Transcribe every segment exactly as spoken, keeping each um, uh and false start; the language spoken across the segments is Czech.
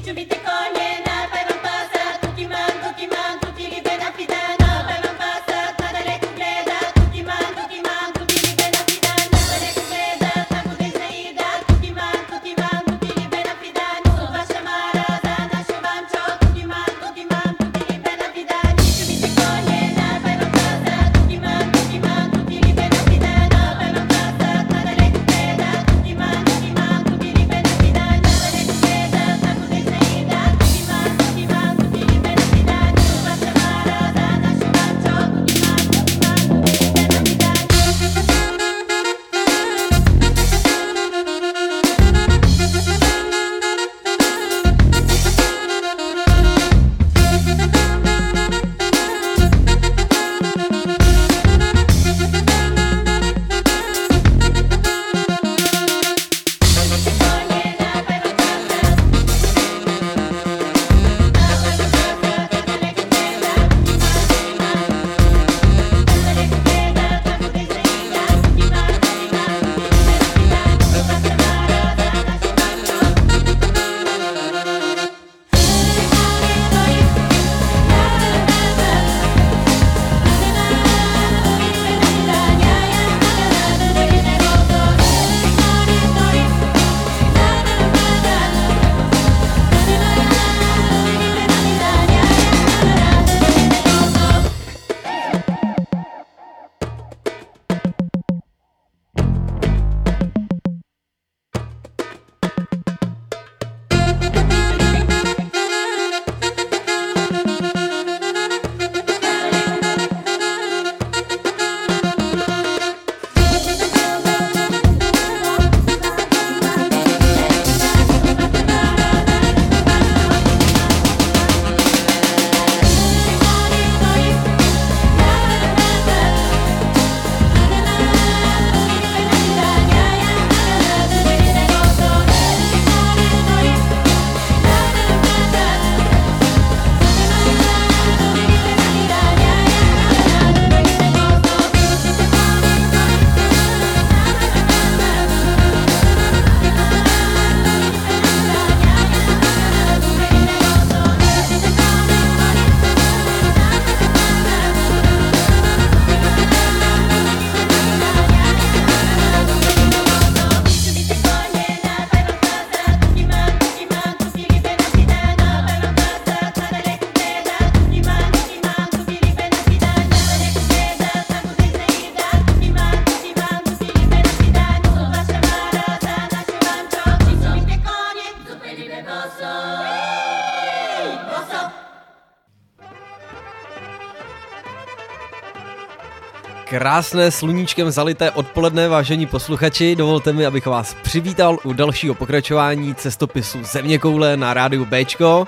Krásné sluníčkem zalité odpoledne, vážení posluchači, dovolte mi, abych vás přivítal u dalšího pokračování cestopisu Zeměkoule na rádiu Béčko.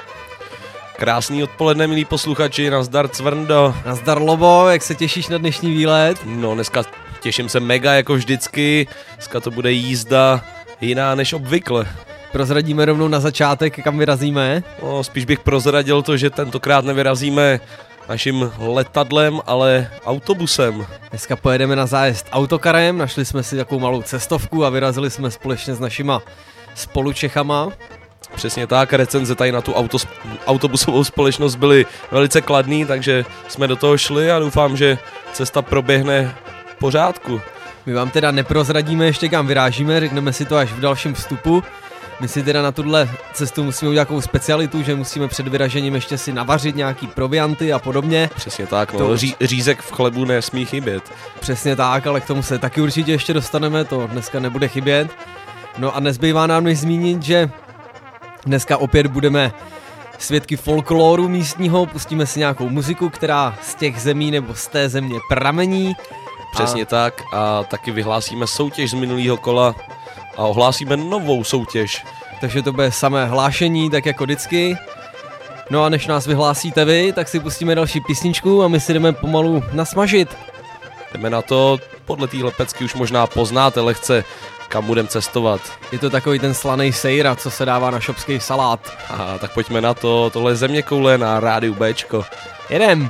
Krásný odpoledne, milí posluchači, nazdar Cvrndo. Nazdar Lobo, jak se těšíš na dnešní výlet? No, dneska těším se mega jako vždycky, dneska to bude jízda jiná než obvykle. Prozradíme rovnou na začátek, kam vyrazíme? No, spíš bych prozradil to, že tentokrát nevyrazíme naším letadlem, ale autobusem. Dneska pojedeme na zájezd autokarem, našli jsme si takovou malou cestovku a vyrazili jsme společně s našima spolučechama. Přesně tak, recenze tady na tu autos, autobusovou společnost byly velice kladný, takže jsme do toho šli a doufám, že cesta proběhne v pořádku. My vám teda neprozradíme ještě, kam vyrážíme, řekneme si to až v dalším vstupu. My si teda na tuhle cestu musíme udělat takovou specialitu, že musíme před vyražením ještě si navařit nějaký provianty a podobně. Přesně tak, no, to... Ří, řízek v chlebu nesmí chybět. Přesně tak, ale k tomu se taky určitě ještě dostaneme, to dneska nebude chybět. No a nezbývá nám než zmínit, že dneska opět budeme svědky folkloru místního, pustíme si nějakou muziku, která z těch zemí nebo z té země pramení. Přesně a... tak a taky vyhlásíme soutěž z minulého kola a ohlásíme novou soutěž. Takže to bude samé hlášení, tak jako vždycky. No a než nás vyhlásíte vy, tak si pustíme další písničku a my si jdeme pomalu nasmažit. Jdeme na to, podle téhle pecky už možná poznáte lehce, kam budeme cestovat. Je to takový ten slanej sejra, co se dává na šopský salát. Aha, tak pojďme na to, tohle je Zeměkoule na rádiu Béčko. Jedem!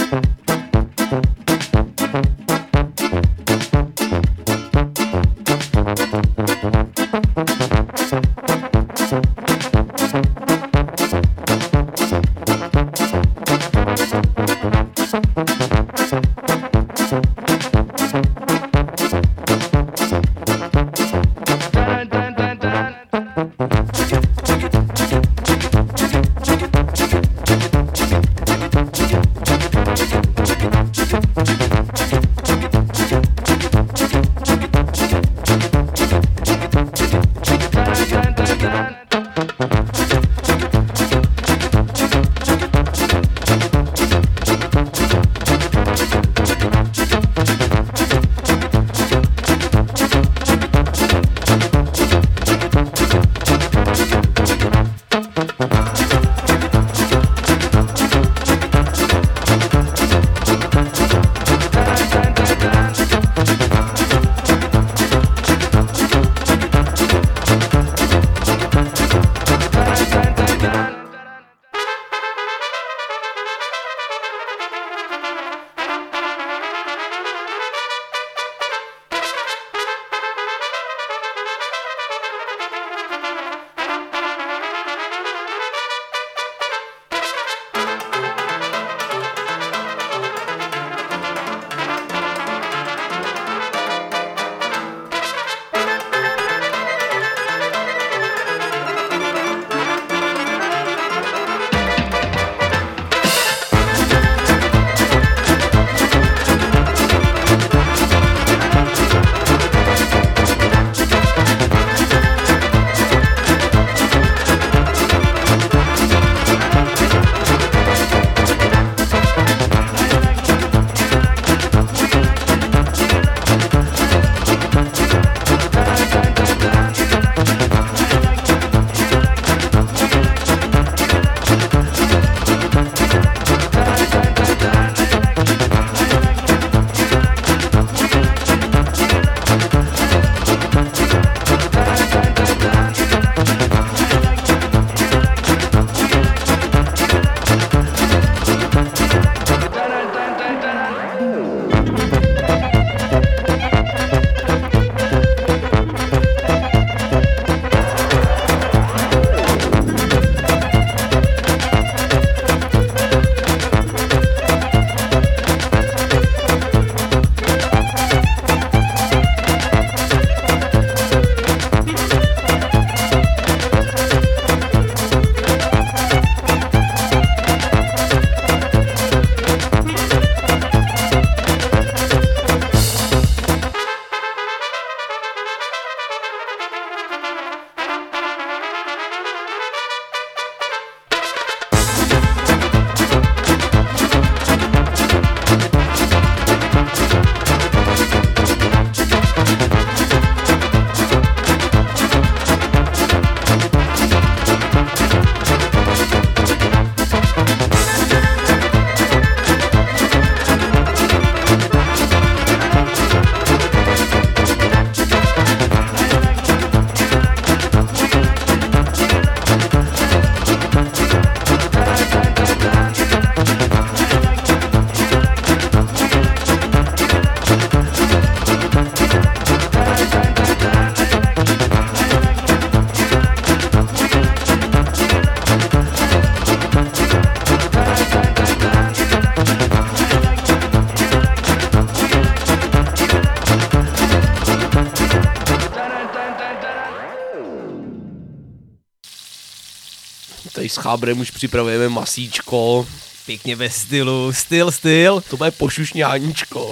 Tady s Chábrem už připravujeme masíčko. Pěkně ve stylu, styl, styl. To bude pošušňáníčko.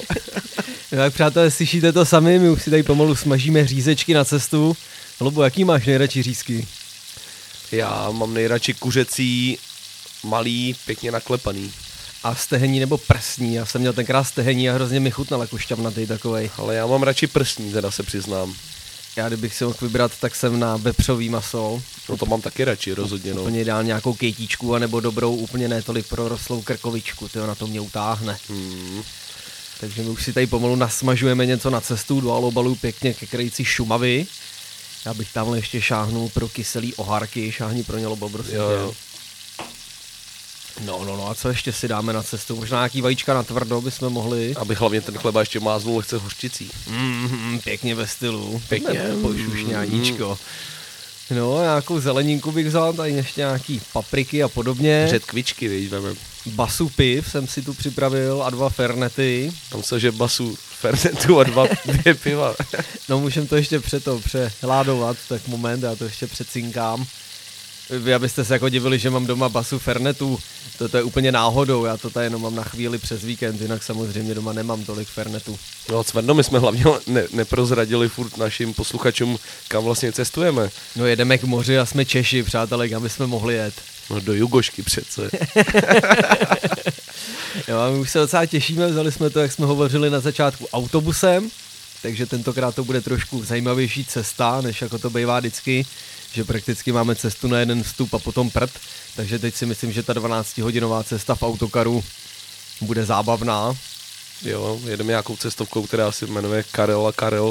Tak přátelé, slyšíte to sami, my už si tady pomalu smažíme řízečky na cestu. Hlubo, jaký máš nejradši řízky? Já mám nejradši kuřecí, malý, pěkně naklepaný. A stehení nebo prsní? Já jsem měl tenkrát stehení a hrozně mi chutnal jako šťavnatý takovej. Ale já mám radši prsní, teda se přiznám. Já kdybych si mohl vybrat, tak jsem na vepřový maso. No to mám taky radši, rozhodně. No. Úplně dál nějakou kejtíčku, anebo dobrou, úplně ne tolik prorostlou krkovičku, tyjo, na to mě utáhne. Hmm. Takže my už si tady pomalu nasmažujeme něco na cestu do alobalu pěkně ke krajici Šumavy. Já bych tamhle ještě šáhnul pro kyselý oharky, šáhni pro ně, Lobo, prosím. Jo, jo. No, no, no, a co ještě si dáme na cestu? Možná nějaký vajíčka na tvrdo bychom mohli. Aby hlavně ten chleba ještě máznul lehce hořčicí. Mm, pěkně ve stylu. Pěkně. Pošušňáníčko. No, nějakou zeleninku bych vzal, tady ještě nějaký papriky a podobně. Řetkvičky, víš, vemem. Basu piv jsem si tu připravil a dva fernety. Tam se, že basu fernetu a dva dvě piva. No, můžem to ještě před to přehládovat, tak moment, já to ještě přecinkám. Vy abyste se jako divili, že mám doma basu fernetu, to, to je úplně náhodou, já to tady jenom mám na chvíli přes víkend, jinak samozřejmě doma nemám tolik fernetů. No Cverno, my jsme hlavně ne, neprozradili furt našim posluchačům, kam vlastně cestujeme. No jedeme k moři a jsme Češi, přátelé, kam bychom mohli jet. No do Jugošky přece. Jo, a my už se docela těšíme, vzali jsme to, jak jsme hovořili na začátku, autobusem, takže tentokrát to bude trošku zajímavější cesta, než jako to bývá vždycky, že prakticky máme cestu na jeden vstup a potom prd, takže teď si myslím, že ta dvanáctihodinová cesta v autokaru bude zábavná. Jo, jedeme nějakou cestovkou, která se jmenuje Karel a Karel.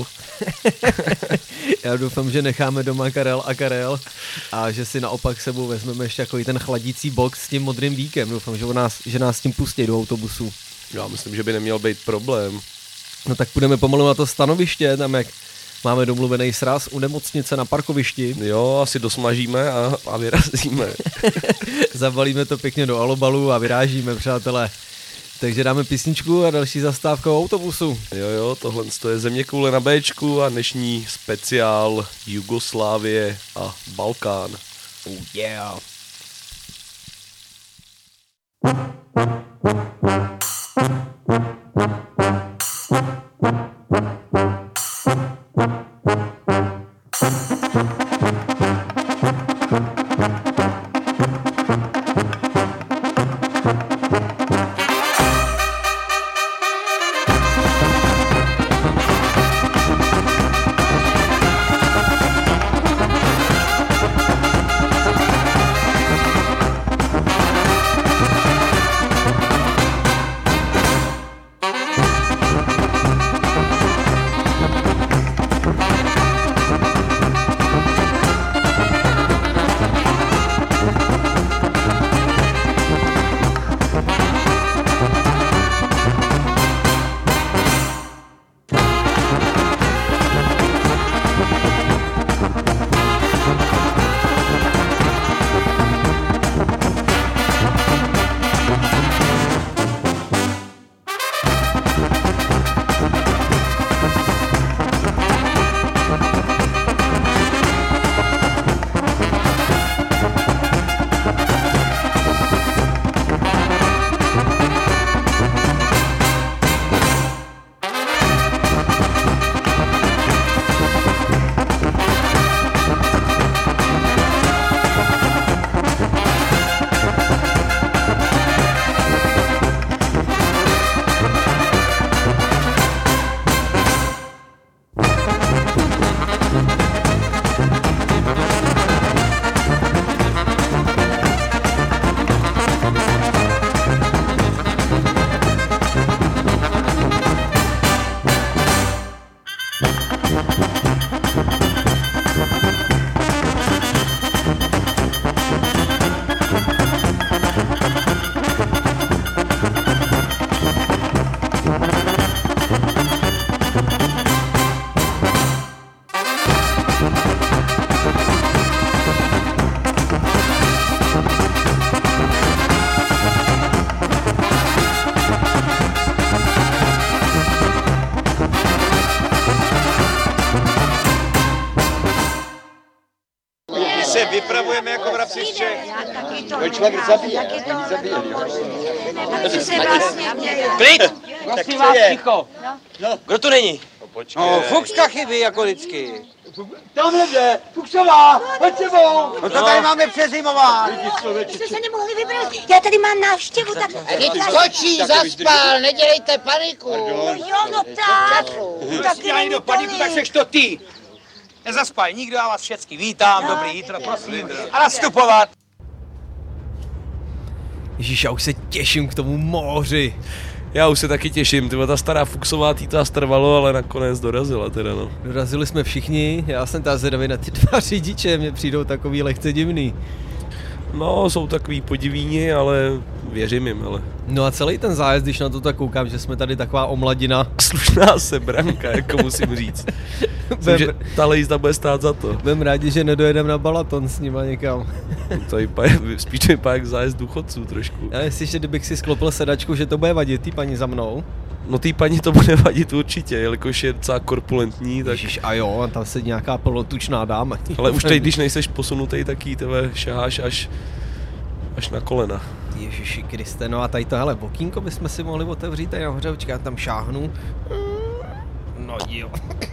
Já doufám, že necháme doma Karel a Karel a že si naopak sebou vezmeme ještě jako i ten chladící box s tím modrým víkem. Doufám, že, nás, že nás s tím pustí do autobusu. Já myslím, že by neměl být problém. No tak půjdeme pomalu na to stanoviště, tam jak máme domluvený sraz u nemocnice na parkovišti. Jo, asi dosmažíme a, a vyrazíme. Zabalíme to pěkně do alobalu a vyrážíme, přátelé. Takže dáme písničku a další zastávka autobusu. Jo, jo, tohle je Zeměkoule na Béčku a dnešní speciál Jugoslávie a Balkán. Oh yeah. Vypravujeme jako vrabci z Čech. To člověk zabije, oni zabije, Klid! Prosím vás, ticho. Kdo tu není? No, Fuchska chybí jako vždycky. Tamhle jde, Fuchsová, pojď sebou. No to tady máme přezimovat. Jsme se nemohli vybrat, já tady mám návštěvu, tak... Skočí, zaspal, nedělejte paniku. No jo, no tak. Tak Já do paniku, tak seš to ty. Nezaspaj, nikdo, já vás všechny vítám, dobrý jítro, prosím. A nastupovat. Ježíš, já už se těším k tomu moři. Já už se taky těším, tyhle ta stará Fuchsová, tý to trvalo, ale nakonec dorazila teda, no. Dorazili jsme všichni, já jsem tady zvědavý na ty dva řidiče, mně přijdou takový lehce divný. No, jsou takový podivíni, ale věřím jim, ale... No a celý ten zájezd, když na to tak koukám, že jsme tady taková omladina. Slušná sebranka, jako musím říct. Myslím, že tahle jízda bude stát za to. Budem rádi, že nedojedeme na Balaton s nima někam. To vypadá, spíš to vypadá jak zájezd důchodců trošku. Já myslím, že kdybych si sklopil sedačku, že to bude vadit, ty paní za mnou. No tý paní to bude vadit určitě, jelikož je docela korpulentní, tak... Ježiš, a jo, a tam se nějaká plnotučná dáma. Ale už teď, když nejseš posunutej, tak jí tebe šaháš až, až na kolena. Ježiši Kriste, no a tady to, hele, okýnko bychom si mohli otevřít tady nahoře, počkej, já tam šáhnu. No jo.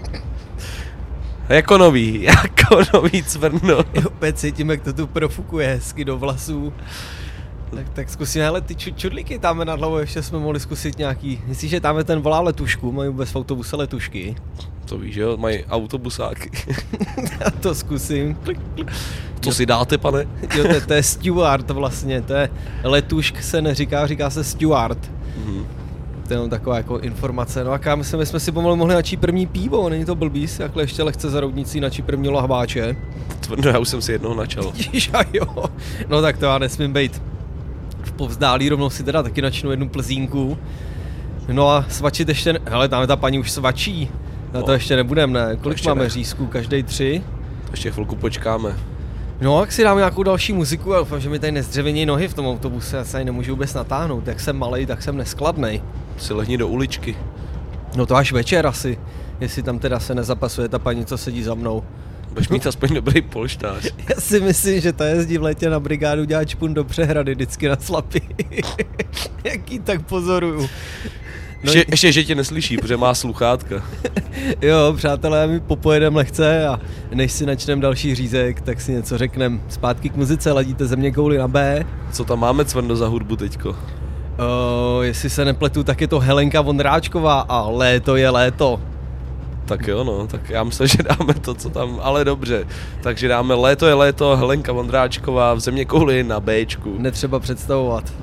Jako nový, jako nový cvrno. Opět cítím, jak to tu profukuje hezky do vlasů. Tak, tak zkusíme, hele, ty čudlíky tam nad hlavou, ještě jsme mohli zkusit nějaký, myslíš, že tam je ten volá letušku, mají vůbec v autobuse letušky? To víš, jo, mají autobusáky. Já to zkusím. To si dáte, pane? Jo, to, to je steward vlastně, to je letušk se neříká, říká se steward. Mm-hmm. To je jenom taková jako informace, no a já myslím, že jsme si pomalu mohli načít první pivo, není to blbý, takhle ještě lehce za roudnicí načít první lahváče. No já už jsem si jednoho načal. Ježiš, a jo, no tak to já nesmím bejt v povzdálí, rovnou si teda taky načnu jednu plzínku. No a svačit ještě, ne... hele, tam ta paní už svačí, na to no, ještě nebudem, ne? Kolik máme ne. řízků, každej tři? Ještě chvilku počkáme. No, jak si dám nějakou další muziku a doufám, že mi tady nezdřevění nohy v tom autobuse, já se tady nemůžu vůbec natáhnout, jak jsem malej, tak jsem neskladnej. Si lehni do uličky. No to až večer asi, jestli tam teda se nezapasuje ta paní, co sedí za mnou. Budeš mít aspoň dobrý polštář. Já si myslím, že ta jezdí v létě na brigádu dělat čpun do Přehrady, vždycky na Slapy. Jaký tak pozoruju. No ještě, ještě, že tě neslyší, protože má sluchátka. Jo, přátelé, my popojedeme lehce a než si načneme další řízek, tak si něco řekneme. Zpátky k muzice, ladíte Země kouli na B. Co tam máme, Cvrndo, za hudbu teďko? Uh, jestli se nepletu, tak je to Helenka Vondráčková a Léto je léto. Tak jo, no, tak já myslím, že dáme to, co tam, ale dobře. Takže dáme Léto je léto, Helenka Vondráčková v Země kouli na Bčku. Netřeba představovat.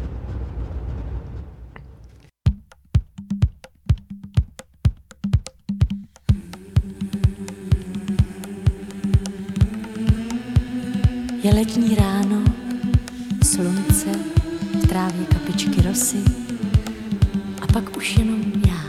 Je letní ráno, slunce, v trávě kapičky rosy a pak už jenom já.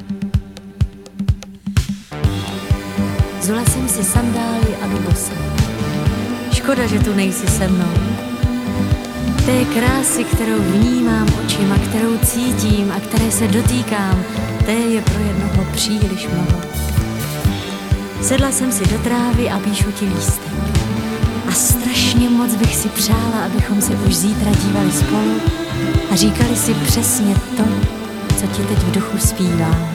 Zula jsem si sandály a do bosa. Škoda, že tu nejsi se mnou. Té krásy, kterou vnímám očima, kterou cítím a které se dotýkám, té je pro jednoho příliš mnoho. Sedla jsem si do trávy a píšu ti lístek. A strašně moc bych si přála, abychom se už zítra dívali spolu a říkali si přesně to, co ti teď v duchu zpívám.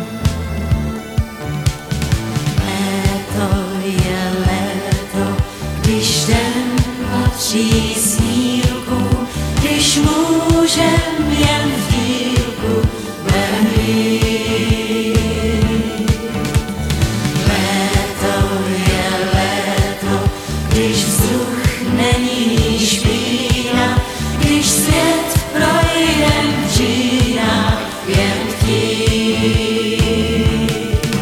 Léto je léto, když den patří snílku, když můžem jen v dílku behýt. Léto je léto, když vzduch není špína, když svět projde v džínách jen chtít.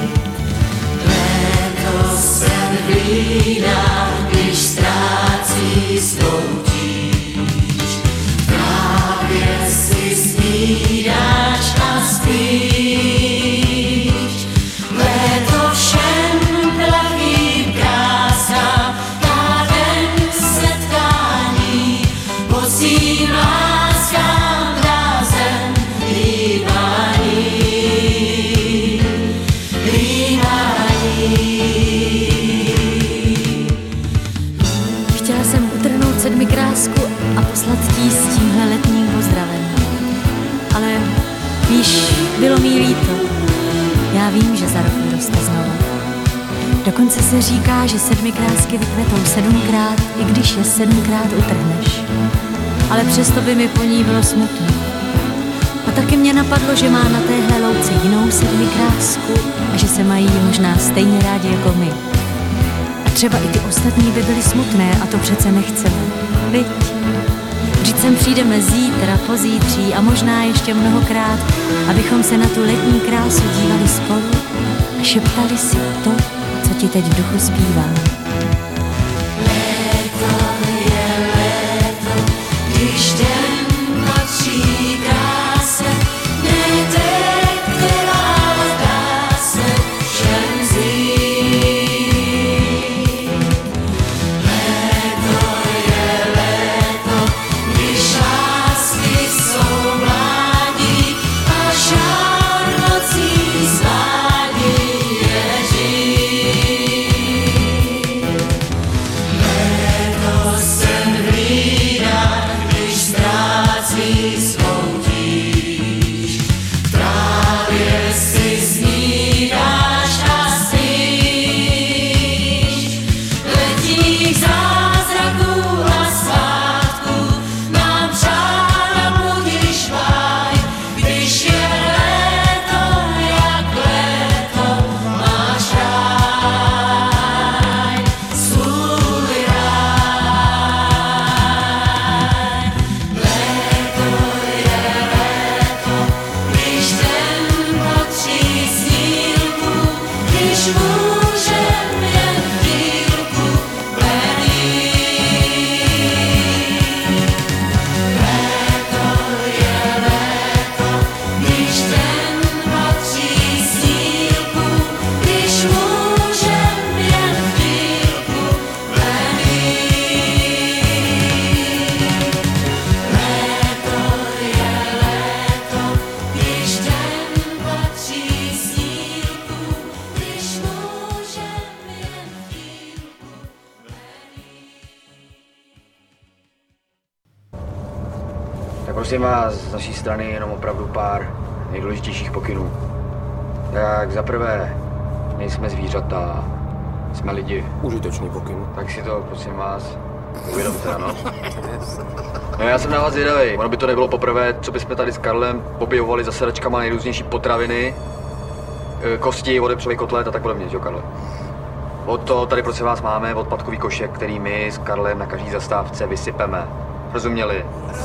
Léto se hlídá, když ztrácí svou tíž. Právě si snídáš a spíš. Léto všem plachým krásám dá den setkání, posím láskám dá zem líbání, líbání. Chtěla jsem utrhnout sedmikrásku a poslat ti s tímhle letním pozdravem. Ale víš, bylo mi líto. Já vím, že za rok vyroste znova. Dokonce se říká, že sedmikrásky vykvetou sedmkrát, i když je sedmkrát utrhneš. Ale přesto by mi po ní bylo smutno. A taky mě napadlo, že má na téhle louce jinou sedmikrásku a že se mají možná stejně rádi jako my. A třeba i ty ostatní by byly smutné a to přece nechceme. Viď? Vždyť sem přijdeme zítra, pozítří a možná ještě mnohokrát, abychom se na tu letní krásu dívali spolu a šeptali si to, co ti teď v duchu zpívám. Léto je léto, Prosím vás, z naší strany jenom opravdu pár nejdůležitějších pokynů. Tak za prvé, nejsme zvířata, jsme lidi. Užitečný pokyn. Tak si to, prosím vás, uvědomte, ano. No já jsem na vás zvědavej. Ono by to nebylo poprvé, co bychom tady s Karlem objevovali za sedačkama nejrůznější potraviny, kosti, odepřelý kotlet a tak podobně, jo Karle? Od to tady prosím vás máme odpadkový košek, který my s Karlem na každý zastávce vysypeme. Rozuměli?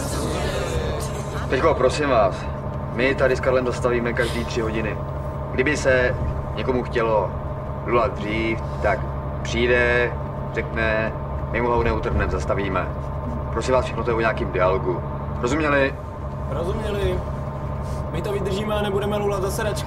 Teďko, prosím vás, my tady s Karlem zastavíme každý tři hodiny. Kdyby se někomu chtělo lulat dřív, tak přijde, řekne, my mu ho neutrhneme, zastavíme. Prosím vás, všechno to je o nějakým dialogu. Rozuměli? Rozuměli. My to vydržíme a nebudeme lulat za sedačky.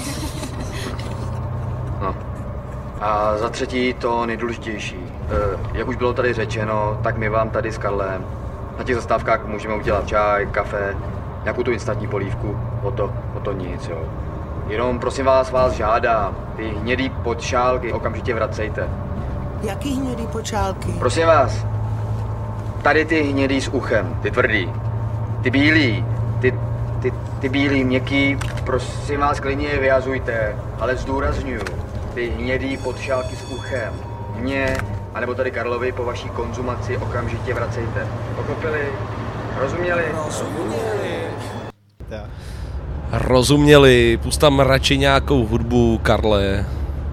No. A za třetí to nejdůležitější. E, jak už bylo tady řečeno, tak my vám tady s Karlem na těch zastávkách můžeme udělat čaj, kafe, nějakou tu instantní polívku, o to, o to nic, jo. Jenom prosím vás, vás žádám, ty hnědý podšálky okamžitě vracejte. Jaký hnědý počálky? Prosím vás, tady ty hnědý s uchem, ty tvrdý, ty bílý, ty, ty, ty bílý, měkký, prosím vás, klidně je vyjazujte, ale zdůrazňuju, ty hnědý podšálky s uchem, mě, anebo tady Karlovi po vaší konzumaci okamžitě vracejte. Pochopili? Rozuměli? Rozuměli. Rozuměli, pust tam radši nějakou hudbu, Karle.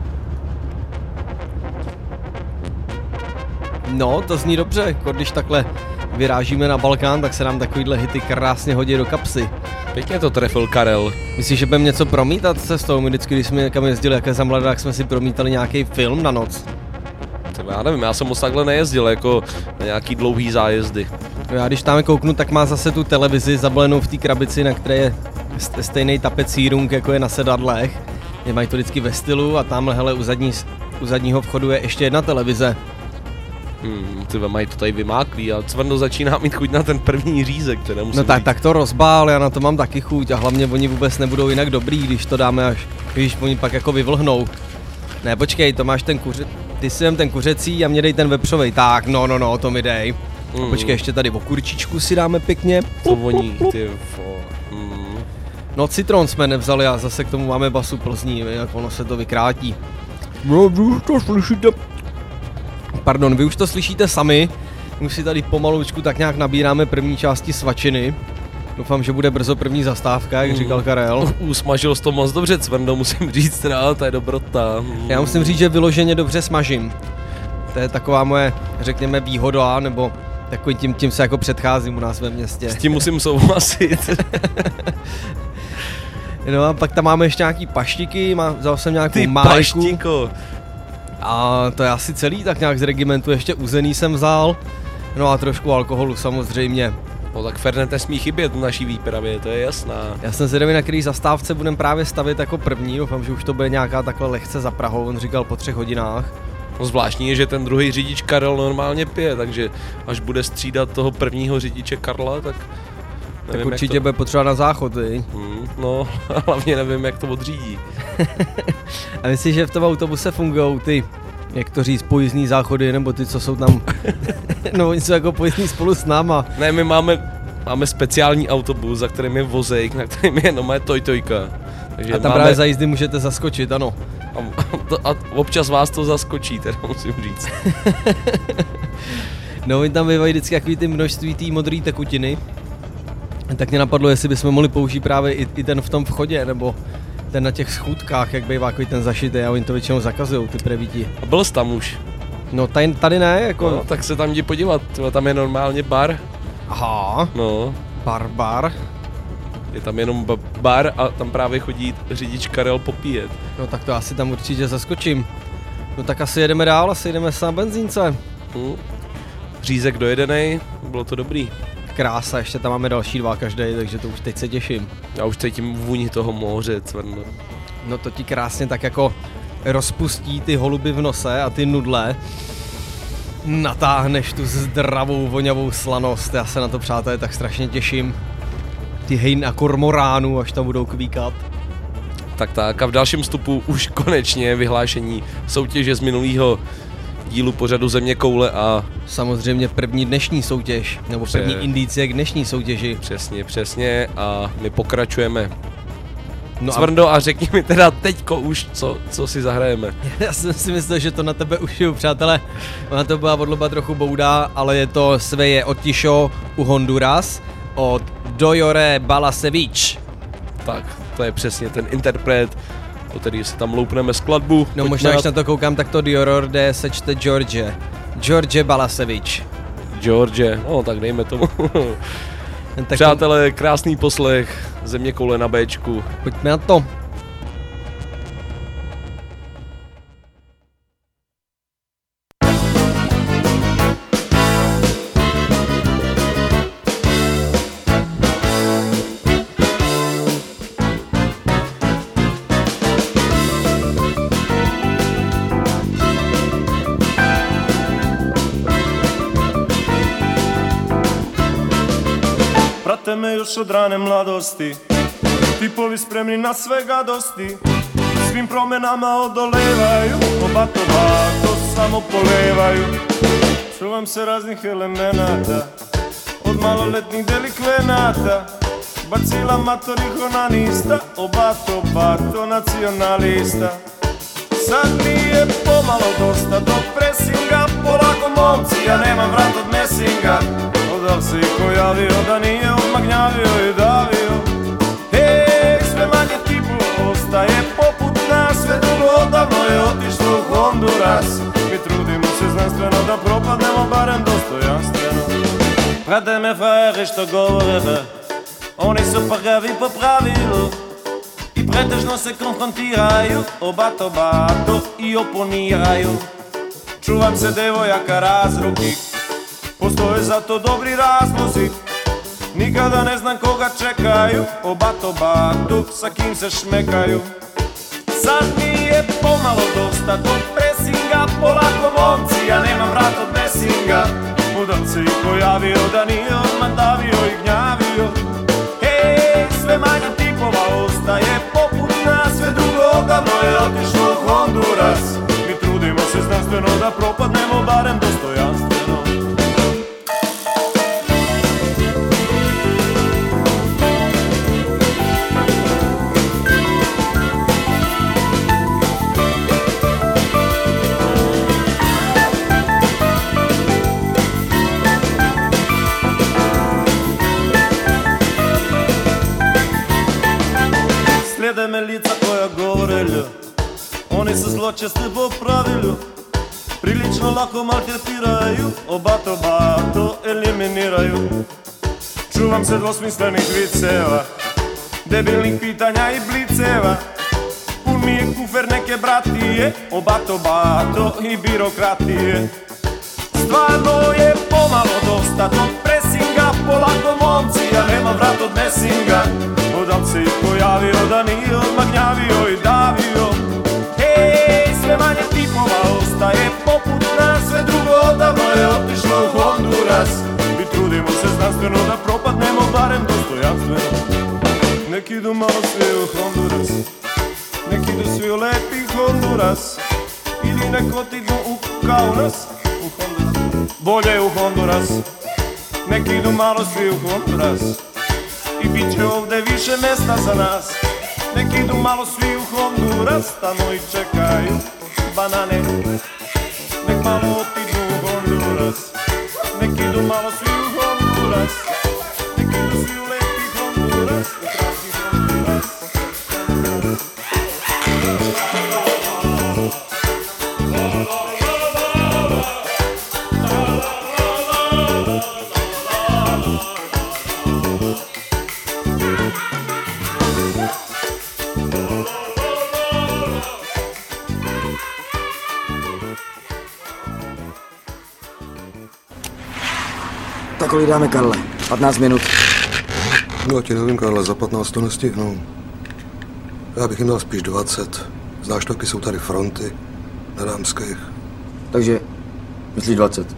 No, to zní dobře, jako když takhle vyrážíme na Balkán, tak se nám takovýhle hity krásně hodí do kapsy. Pěkně to trefil Karel. Myslíš, že budeme něco promítat se s tou? My vždycky, když jsme někam jezdili, jaké za mladá, tak jsme si promítali nějaký film na noc. Třeba já nevím, já jsem moc takhle nejezdil, jako na nějaký dlouhý zájezdy. Já když tam kouknu, tak má zase tu televizi zabalenou v té krabici, na které je stejný tapecírunk, jako je na sedadlech. Je mají to vždycky ve stylu a tamhle hele, u, zadní, u zadního vchodu je ještě jedna televize. Hmm, ty mají to tady vymáklý a Cvrno začíná mít chuť na ten první řízek, teda musím No tak, říct. tak to rozbál, já na to mám taky chuť a hlavně oni vůbec nebudou jinak dobrý, když to dáme až, když oni pak jako vyvlhnou. Ne, počkej, to máš ten kuře, ty si jem ten kuřecí a mě dej ten vepřovej, tak no, no, no, to mi dej. Mm. Počkej, ještě tady okurčičku si dáme pěkně. To voní, ty fo. Mm. No citron jsme nevzali a zase k tomu máme basu Plzní, jak ono se to vykrátí. No, vy už to slyšíte. Pardon, vy už to slyšíte sami. Už si tady pomalučku tak nějak nabíráme první části svačiny. Doufám, že bude brzo první zastávka, jak mm. říkal Karel. Usmažil jsi to moc dobře, Cvrno, musím říct, teda, to je dobrota. Mm. Já musím říct, že vyloženě dobře smažím. To je taková moje, řekněme, výhoda, nebo takovým tím, tím se jako předcházím u nás ve městě. S tím musím souhlasit. No a pak tam máme ještě nějaký paštiky, má, vzal jsem nějakou Ty májku. paštiko. A to je asi celý, tak nějak z regimentu ještě uzený jsem vzal. No a trošku alkoholu samozřejmě. No tak Fernet nesmí chybět v naší výpravě, to je jasná. Já jsem zvědavý, na který zastávce budeme právě stavit jako první, doufám, že už to bude nějaká takhle lehce za Prahou, on říkal po třech hodinách. No zvláštní je, že ten druhý řidič Karel normálně pije, takže až bude střídat toho prvního řidiče Karla, tak nevím, tak určitě to... bude potřeba na záchod, viď? Hmm, no, hlavně nevím, jak to odřídí. A myslíš, že v tom autobuse fungují ty, jak to říct, pojízdní záchody, nebo ty, co jsou tam, no oni jsou jako pojízdní spolu s náma. Ne, my máme, máme speciální autobus, za kterým je vozejk, na kterým je jenom moje tojtojka. Takže a tam máme... právě za jízdy můžete zaskočit, ano. A, to, a občas vás to zaskočí, teda musím říct. No, oni tam bývají vždycky takový ty množství té modré tekutiny. Tak mě napadlo, jestli bychom mohli použít právě i, i ten v tom vchodě, nebo ten na těch schůdkách, jak bývá takový ten zašitý, a oni to většinou zakazujou, ty prevíti. A byl jsi tam už? No tady, tady ne, jako... No, tak se tam jdi podívat, tam je normálně bar. Aha, no. Bar, bar. Je tam jenom bar a tam právě chodí řidič Karel popíjet. No tak to asi tam určitě zaskočím. No tak asi jedeme dál, asi jedeme na benzínce. Hmm. Řízek dojedenej, bylo to dobrý. Krása, ještě tam máme další dva každý, takže to už teď se těším. Já už cítím vůni toho moře, cvrno. No to ti krásně tak jako rozpustí ty holuby v nose a ty nudle. Natáhneš tu zdravou voňavou slanost, já se na to, přátelé, tak strašně těším. Ty hejn a kormoránů, až tam budou kvíkat. Tak tak a v dalším vstupu už konečně vyhlášení soutěže z minulého dílu pořadu Země koule a... Samozřejmě první dnešní soutěž, nebo Pře... první indicie k dnešní soutěži. Přesně, přesně a my pokračujeme. No Cvrndo, a... a řekni mi teda teďko už, co, co si zahrajeme. Já jsem si myslel, že to na tebe ušiju, přátelé. Ona to byla odloba trochu boudá, ale je to Sveje Otišo u Honduras od Dojore Balasevic. Tak, to je přesně ten interpret, o který si tam loupneme skladbu. No možná, když na to koukám, tak to Dioror jde, sečte George. George Balasevic. George, no tak dejme tomu. Tak přátelé, krásný poslech, Země koule na Bčku. Pojďme na to. Me još od rane mladosti, tipovi spremni na sve gadosti, svim promenama odolevaju, obato bato samo polevaju. Čuvam se raznih elemenata, od maloletnih delikvenata, bacila matorih onanista, obato bato nacionalista. Sad mi je pomalo dosta do presinga, polako momci, ja nemam vrat od mesinga. Odal se iko javio da nije odmah gnjavio i davio. Hej, sve manje tipova ostaje poput nas, sve drugo odavno je otišlo u Honduras. Mi trudimo se znanstveno da propadnemo barem dostojanstveno. Prate me frajeri što govore, oni su prgavi po pravilu i pretežno se konfrontiraju, obato bato i oponiraju. Čuvam se devojaka razrukih, postoje za to dobri razlozi, nikada ne znam koga čekaju, obato bato sa kim se šmekaju. Sad mi je pomalo dosta tog presinga, polako momci, ja nemam vrat od mesinga. Udal se i pojavio da nije odmah davio i gnjavio. Hej, sve manje tipova ostaje poput nas, sve drugo odavno je otišlo u Honduras. Mi trudimo se znanstveno da propadnemo barem dostojanstveno. Slijede me lica koja govore lj, oni su zločesti po pravilu, prilično lako maltretiraju, obato bato eliminiraju. Čuvam se dvosmislenih viceva, debilnih pitanja i bliceva, pun mi je kufer neke bratije, obato bato i birokratije. Stvarno je pomalo dosta tog presinga, polako momci, ja nemam vrat od Messinga. Odam se i pojavio da nije odmah gnjavio i davio. Hej, sve manje tipova ostaje poput nas, sve drugo odavno je otišlo u Honduras. Mi trudimo se znanstveno da propadnemo barem dostojanstveno. Neki idu malo svi u Honduras, neki idu svi u lepi Honduras. Ili neko idu u Kaunas, u Honduras, bolje u Honduras. Neki idu malo svi u Honduras i bit će ovde više mesta za nas. Neki idu malo svi u Honduras, tamo ih čekaju banane. Nek malo otidu u Honduras, neki idu malo svi u Honduras. Neki idu svi u lepi Honduras, u kratki Honduras. Tak kolik dáme, Karle? patnáct minut. No, ti nevím, Karle, za patnáct to nestihnu. Já bych jim dal spíš dvacet. Znáš to, jaké jsou tady fronty na Dámských. Takže, myslíš dvacet?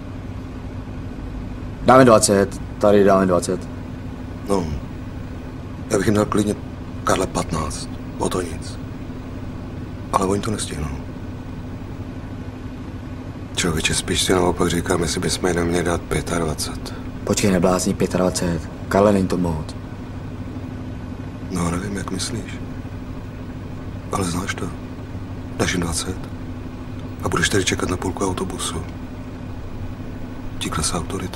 Dáme dvacet, tady dáme dvacet. No, já bych jim dal klidně, Karle, patnáct. O to nic. Ale oni to nestihnou. Člověče, spíš si naopak říkám, jestli bychom jim neměli dát dvacet pět. Počkej, neblázní dvacet pět. Karle, není to moc. No, nevím, jak myslíš. Ale znáš to. Dáš jim dvacet a budeš tady čekat na půlku autobusu. Ti klesá autorita.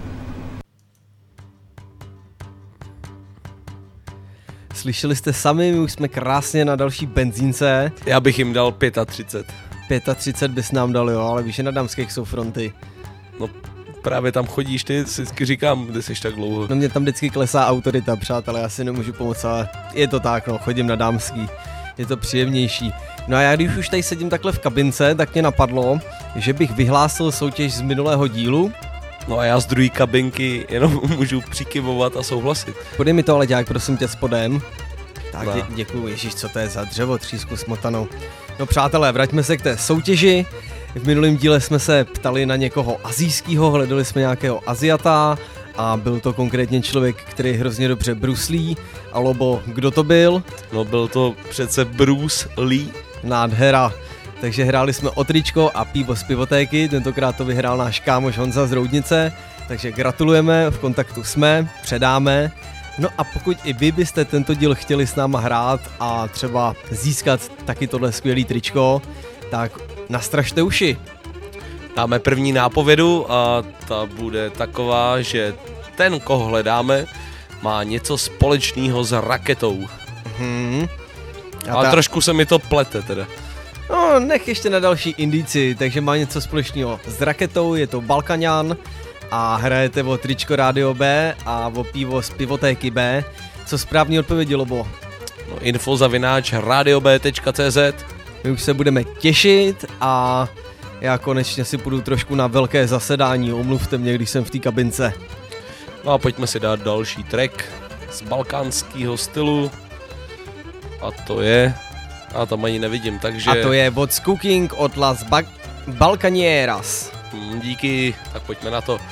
Slyšeli jste sami, my už jsme krásně na další benzínce. Já bych jim dal třicet pět. třicet pět bys nám dal, jo, ale víš, že na Dámských jsou fronty. No právě tam chodíš ty, si říkám, kde jsi tak dlouho. No mě tam vždycky klesá autorita, přátelé, já si nemůžu pomoct, ale je to tak, no, chodím na Dámský. Je to příjemnější. No a já když už tady sedím takhle v kabince, tak mě napadlo, že bych vyhlásil soutěž z minulého dílu. No a já z druhé kabinky jenom můžu přikyvovat a souhlasit. Podej mi to ale dělák, prosím tě, spodem. Tak no. dě, děkuju, ježíš, co to je za dřevo, třísku smotanou. No přátelé, vraťme se k té soutěži. V minulém díle jsme se ptali na někoho asijského, hledali jsme nějakého Aziata a byl to konkrétně člověk, který hrozně dobře bruslí. A Lobo, kdo to byl? No byl to přece Bruce Lee. Nádhera. Takže hráli jsme o tričko a pivo z pivotéky, tentokrát to vyhrál náš kámoš Honza z Roudnice, takže gratulujeme, v kontaktu jsme, předáme. No a pokud i vy byste tento díl chtěli s náma hrát a třeba získat taky tohle skvělý tričko, tak nastražte uši. Dáme první nápovědu a ta bude taková, že ten, koho hledáme, má něco společného s raketou. Hmm. Ale ta... trošku se mi to plete teda. No, nech ještě na další indici, takže má něco společného s raketou, je to Balkaňan a hrajete o tričko Rádio B a o pivo z pivotéky B. Co správně odpovědi, Lobo? No, info zavináč radiob tečka cz. My už se budeme těšit a já konečně si půjdu trošku na velké zasedání, omluvte mě, když jsem v té kabince. No a pojďme si dát další track z balkánského stylu a to je... A tam ani nevidím, takže... A to je What's Cooking od Las ba- Balcanieras. Hmm, díky, tak pojďme na to.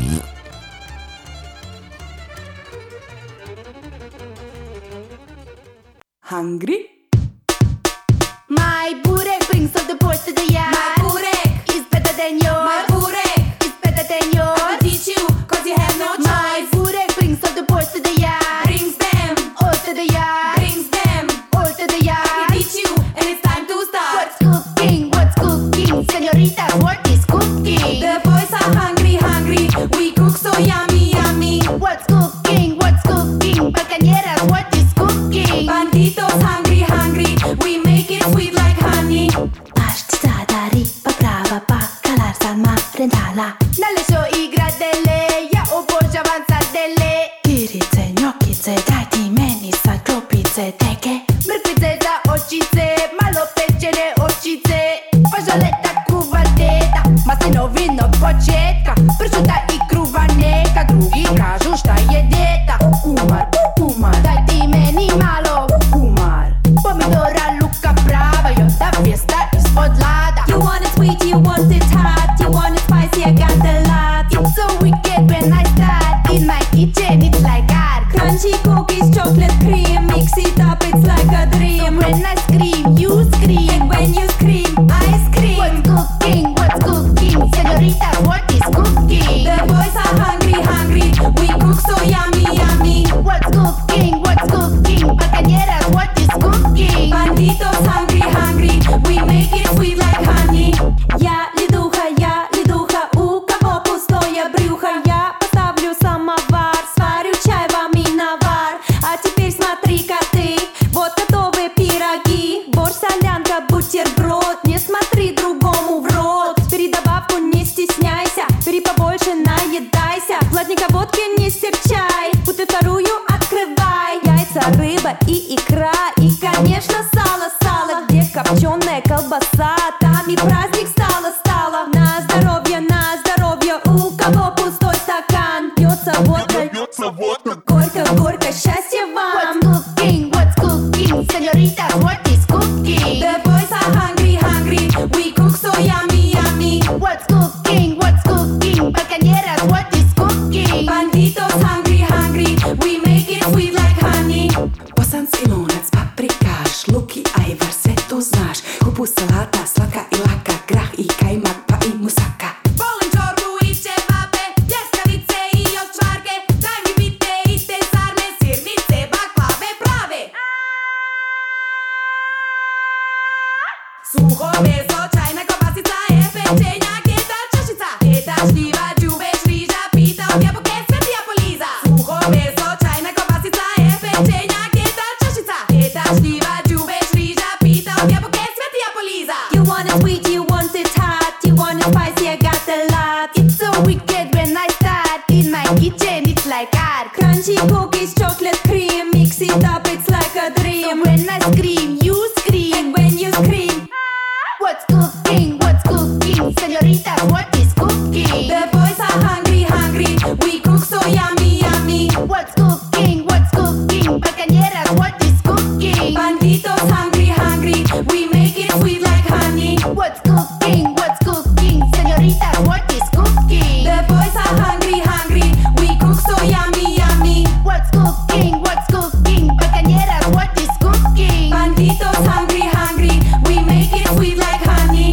Hungry? My burek brings all the boys to the yard. My burek is better than yours. My burek is better than yours. I will teach you, cause you have no choice. My burek brings all the boys to the yard. Brings them all to the yard. Brings them all to the yard. I will teach you, and it's time to start. What's cooking? What's cooking? Señorita, what is cooking? The boys are hungry, hungry. We cook so yummy, yummy. What's cooking? What's cooking? Balcanieras, what is cooking? Banditos hungry, hungry. We make it sweet like honey. Pasta riba brava, baccalar, salma, rentala. Nelle sue gradelle, ja obožavam sardele. Irice, gnocchice, dajte meni sad klopice, teke. Mrkvice za očice, malo pečene očice. Fažoleta, kruvateta, maslinovino od početka. Pršuta i kruva neka, drugi kažu šta Senoritas, what is cooking? The boys are hungry, hungry. We cook so yummy, yummy. What's cooking? What's cooking? Balcañeras, what is cooking? Banditos hungry, hungry. We make it sweet like honey. Bosanský lunec, paprika, šluky, ajvar, sve to znáš. Kupu saláta, sladká i laka, grach i kajmak, pa i musaka. Volim čorbu i čevape, pljeskavice i očvarke. Daj mi bite i te sarme, sirnice, baklave prave. Suho meso, čajna kobasica, je pečenjak, je ta čašica. Je ta šljiva, đuveč, riža, pita od jabuke, svetija poliza. Suho meso, čajna kobasica, je pečenjak, je ta čašica. Je ta šljiva, đuveč, riža, pita od jabuke, svetija poliza. You want it sweet, you want it hot, you want it spicy, I got a lot. It's so wicked when I start in my kitchen, it's like art. Crunchy cookies, chocolate cream, mix it up, it's like a dream. So when I scream, you scream. And when you scream, what's cooking? What's cooking? Senoritas, what is cooking? The boys are hungry, hungry. We cook so yummy, yummy. What's cooking? What's cooking? Balcañeras, what is cooking? Banditos hungry, hungry. We make it sweet like honey. What's cooking? What's cooking? Senoritas, what is cooking? The boys are hungry, hungry. We cook so yummy, yummy. What's cooking? What's cooking? Balcañeras, what is cooking? Banditos hungry, hungry. We make it sweet like honey.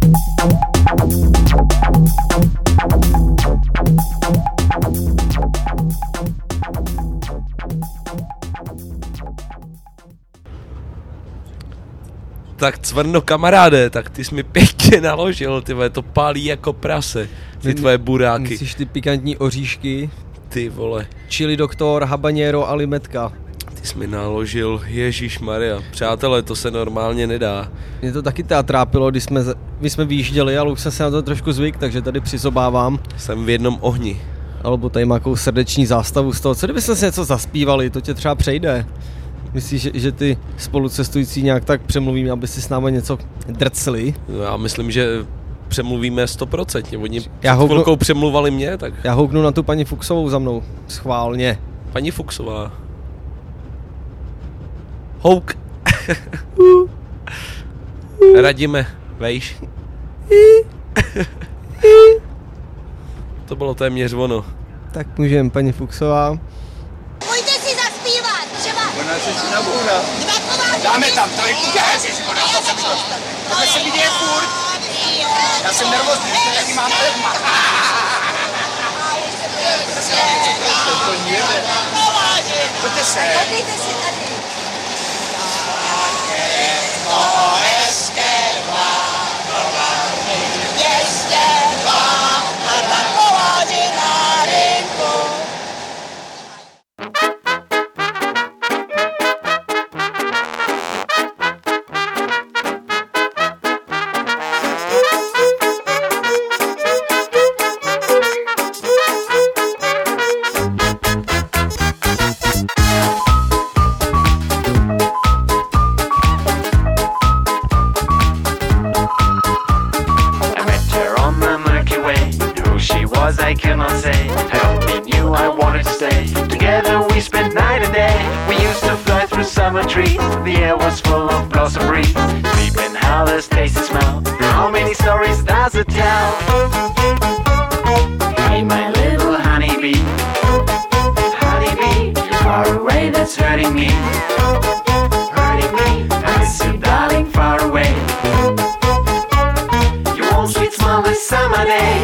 Tak cvrno kamaráde, tak ty jsi mi pěkně naložil, ty vole, to pálí jako prase, ty tvoje buráky. Myslíš ty pikantní oříšky? Ty vole. Chili doktor, habanero a limetka. Ty jsi mi naložil, ježišmarja, přátelé, to se normálně nedá. Mě to taky teda trápilo, když jsme, když jsme vyjížděli, ale už jsem se na to trošku zvyk, takže tady přizobávám. Jsem v jednom ohni. Alebo tady má jakou srdeční zástavu z toho. Co kdybychom si něco zaspívali, to tě třeba přejde. Myslíš, že, že ty spolucestující nějak tak přemluvíme, aby si s námi něco drcli? No, já myslím, že přemluvíme stoprocentně. Oni před houknu, chvilkou přemluvali mě, tak... Já houknu na tu paní Fuchsovou za mnou. Schválně. Paní Fuchsová. Houk. Radíme, vejš. To bylo téměř ono. Tak můžeme, paní Fuchsová. Pojďte si zaspívat, třeba... Ona se si nabůra. Dáme tam trojku, ježiškoda, to se mi to... Tohle se mi děje furt. Já jsem nervózní, že taky mám téma. To nejde. Pojďte se. Podejte si tady. No, esquerda, esquerda, a taková na rynku. I cannot say. I only knew I wanted to stay. Together we spent night and day. We used to fly through summer trees. The air was full of blossom breeze. Sleeping howlers, taste and smell. How many stories does it tell? Hey, my little honeybee, honeybee, far away, that's hurting me, hurting me. I miss you, darling, far away. You won't sweet smile this summer day.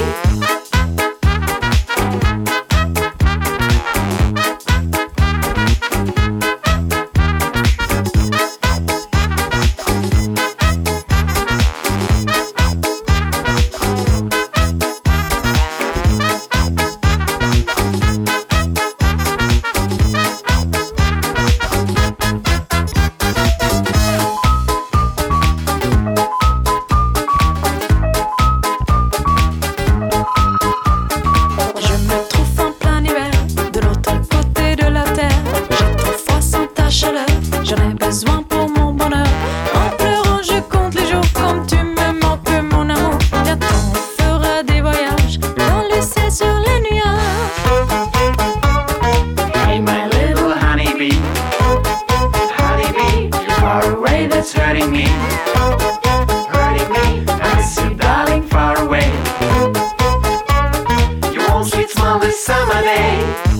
far away that's hurting me. Hurting me, I miss you darling far away. You won't sweet smile this summer day.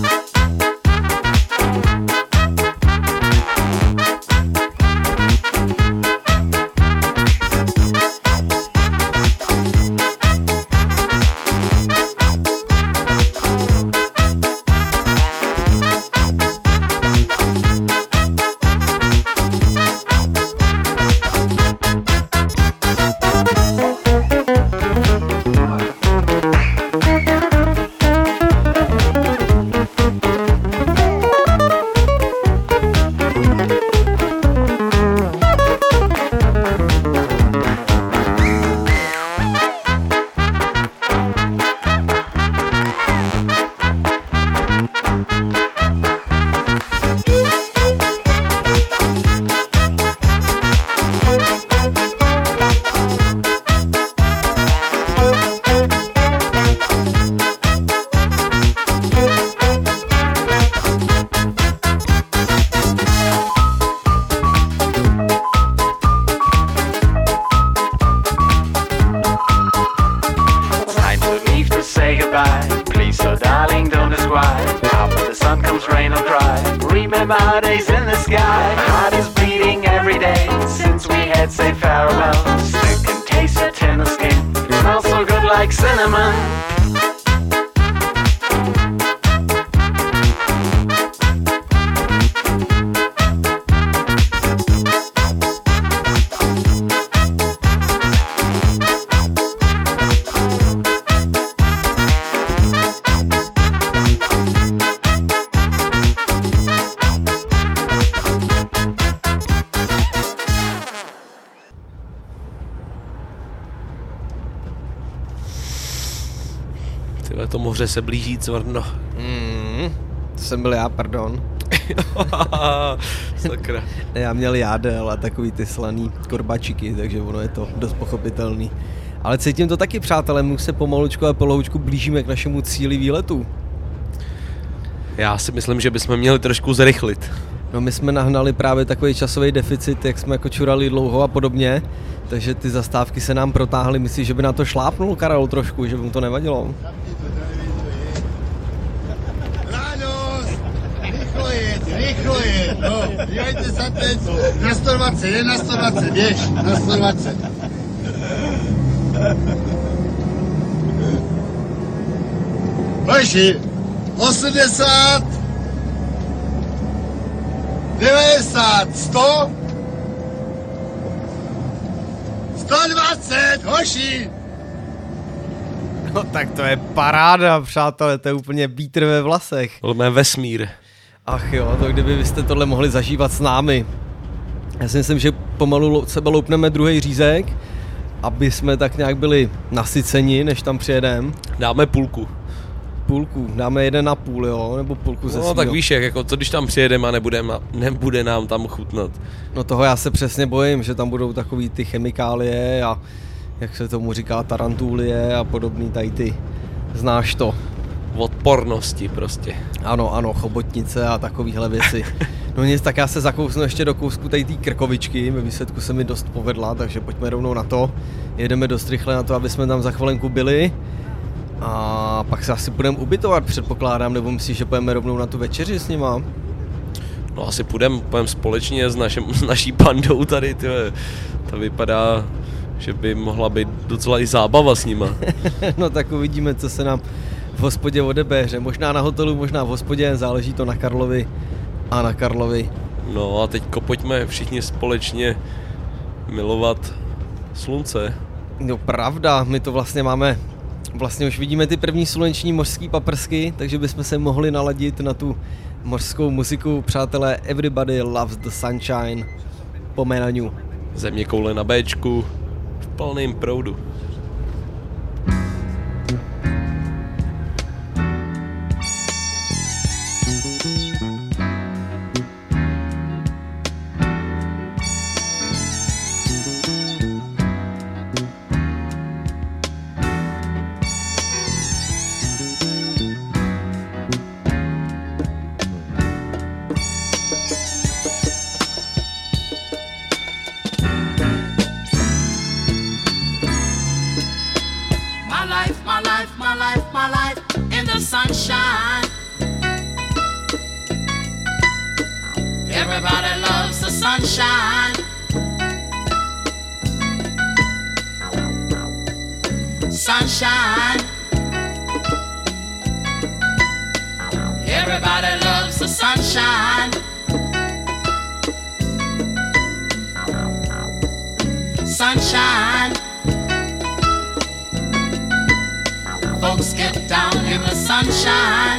To moře se blíží, cvrno. Mm, to jsem byl já, pardon. Sakra. Já měl jádel a takový ty slaný korbačiky, takže ono je to dost pochopitelný. Ale cítím to taky, přátelé, my se pomalučku a poloučku blížíme k našemu cíli výletu. Já si myslím, že bychom měli trošku zrychlit. No my jsme nahnali právě takový časový deficit, jak jsme jako čurali dlouho a podobně, takže ty zastávky se nám protáhly. Myslíš, že by na to šlápnul Karel trošku, že by mu to nevadilo? Rychle, no, dívejte se teď, na sto dvacet, je na sto dvacet, běž, na sto dvacet. Hoši, osmdesát, devadesát, sto, sto dvacet, hoši. No tak to je paráda, přátelé, to je úplně vítr ve vlasech. Volme vesmír. Ach jo, to kdyby byste tohle mohli zažívat s námi. Já si myslím, že pomalu sebe loupneme druhý řízek, aby jsme tak nějak byli nasyceni, než tam přijedeme. Dáme půlku. Půlku, dáme jeden na půl, jo, nebo půlku ze No svýho. tak víš jak, jako co když tam přijedeme a nebude, nebude nám tam chutnat. No toho já se přesně bojím, že tam budou takový ty chemikálie a jak se tomu říká tarantulie a podobný tady ty, znáš to. Odpornosti prostě. Ano, ano, chobotnice a takovýhle věci. No nic, tak já se zakousnu ještě do kousku tady té krkovičky, ve výsledku se mi dost povedla, takže pojďme rovnou na to. Jedeme dost rychle na to, aby jsme tam za chvilenku byli. A pak se asi budeme ubytovat, předpokládám, nebo myslíš, že půjdeme rovnou na tu večeři s nima? No asi půjdeme půjdem společně s, našem, s naší bandou tady, tyhle. To vypadá, že by mohla být docela i zábava s nima. No tak uvidíme, co se nám v hospodě odebéře. Možná na hotelu, možná v hospodě, záleží to na Karlovi a na Karlovi. No a teďko pojďme všichni společně milovat slunce. No pravda, my to vlastně máme, vlastně už vidíme ty první sluneční mořský paprsky, takže bychom se mohli naladit na tu mořskou muziku. Přátelé, Everybody Loves the Sunshine po Menaniu. Země koule na béčku v plném proudu. sunshine. Sunshine. Everybody loves the sunshine. Sunshine. Folks get down in the sunshine.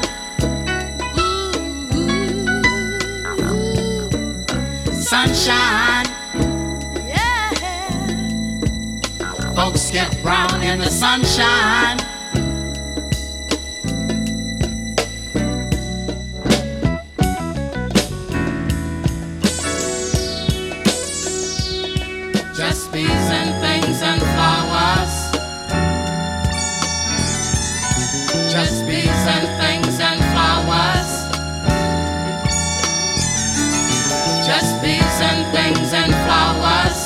Sunshine. Yeah. Folks get brown in the sunshine. Just bees and things and flowers. Just bees and things and flowers. Just bees and things and flowers.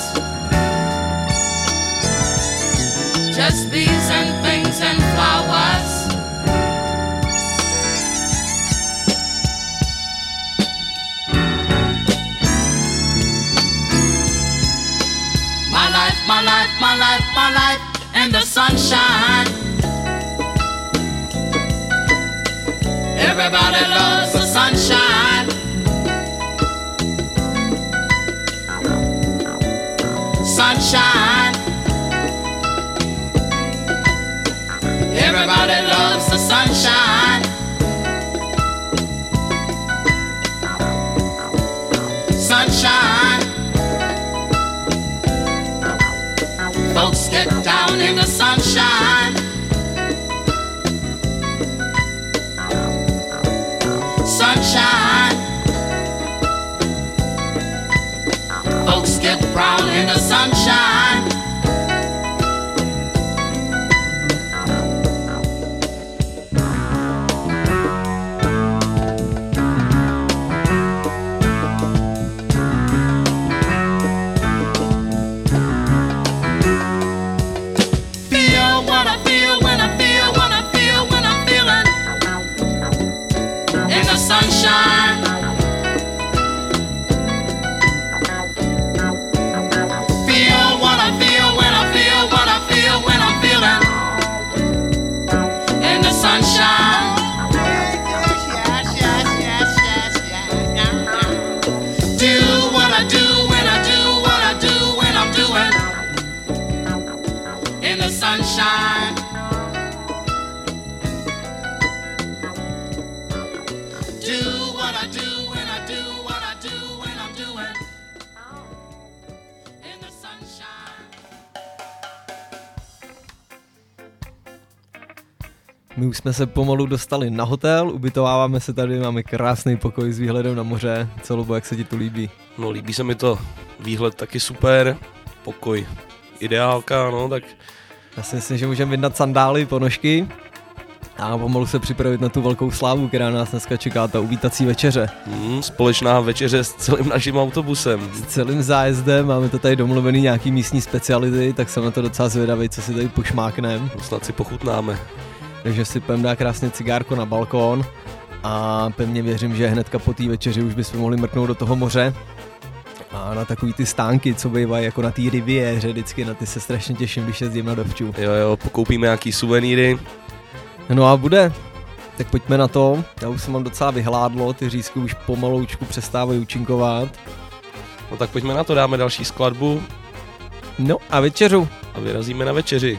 Just bees and things and flowers. My life, my life, my life, my life in the sunshine. Everybody loves the sunshine. Sunshine. Everybody loves the sunshine. Sunshine. Folks get down in the sunshine. Sunshine. Folks get brown in the sunshine. Feel what I feel when I feel what I feel when I'm feeling in the sunshine. Feel what I feel when I feel what I feel when I'm feeling in the sunshine. Do what I do when I do what I do when I'm doing in the sunshine. Do what I do when I do what I do when I'm doing in the sunshine. My už jsme se pomalu dostali na hotel, ubytováváme se tady, máme krásný pokoj s výhledem na moře. Co, Lubo, jak se ti tu líbí? No, líbí se mi to, výhled taky super, pokoj ideálka, no, tak... Já si myslím, že můžeme vydat sandály, ponožky a pomalu se připravit na tu velkou slávu, která nás dneska čeká, ta uvítací večeře. Hmm, společná večeře s celým naším autobusem. S celým zájezdem, máme to tady domluvený nějaký místní speciality, tak jsem na to docela zvědavý, co si tady pošmáknem. Snad si pochutnáme. Takže si půjdeme dát krásně cigárko na balkón a pevně věřím, že hnedka po té večeři už bychom mohli mrknout do toho moře. A na takový ty stánky, co bývají jako na té riviéře, vždycky na ty se strašně těším, když jezdím na dovču. Jo, jo, pokoupíme nějaký suvenýry. No a bude. Tak pojďme na to. Já už se mám docela vyhládlo, ty řízky už pomaloučku přestávají účinkovat. No tak pojďme na to, dáme další skladbu. No a večeřu. A vyrazíme na večeři.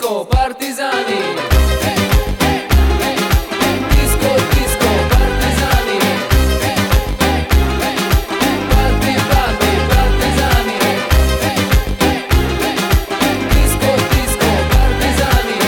disco, partizány. Disco, disco, partizány. Party, party, partizány. Disco, disco, partizány.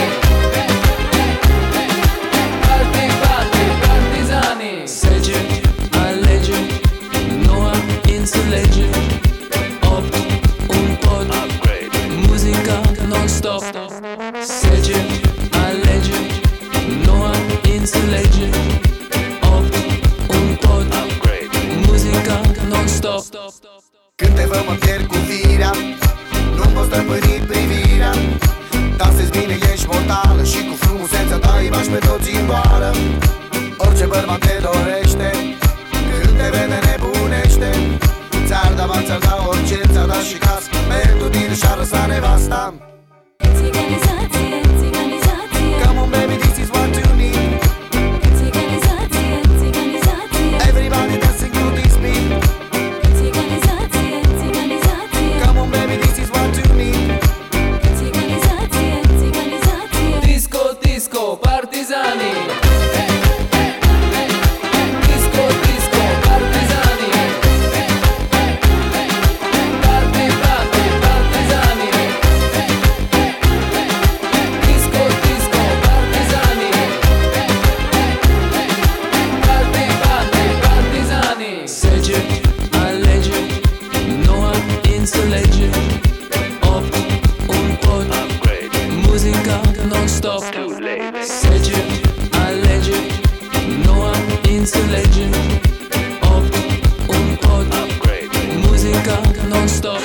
Party, party, partizány. Sedzie a ledzie, noha insuledzie. Opt un pod, muzyka non-stop. Sedzie a ledzie, noha insuledzie. Opt un pod, muzyka non-stop. Când te văd mă pierd cu firea, nu pot stăpâni privirea. Dansezi bine, ești mortală și cu frumusețea ta îi bași pe toți în boală. Orice bărbat te dorește, când te vede nebunește. Ți-ar da bani, ți-ar da orice, ți-ar da și casă. Pentru tine și-ar lăsa nevasta. Țiganizație, țiganizație. Come on baby, this is what you need. Țiganizație, țiganizație. Everybody dancing to this beat. Țiganizație, țiganizație. Come on baby, this is what you need. Țiganizație, țiganizație. Disco, disco, partizani. Disco, disco, partizani. Party, party, partizani. Disco, disco, partizani. Party, party, partizani. Sedzie, alege, noha insulege. Opt, un pod, muzica non-stop. Sedzie, alege, noha insulege. Opt, un pod, muzica non-stop.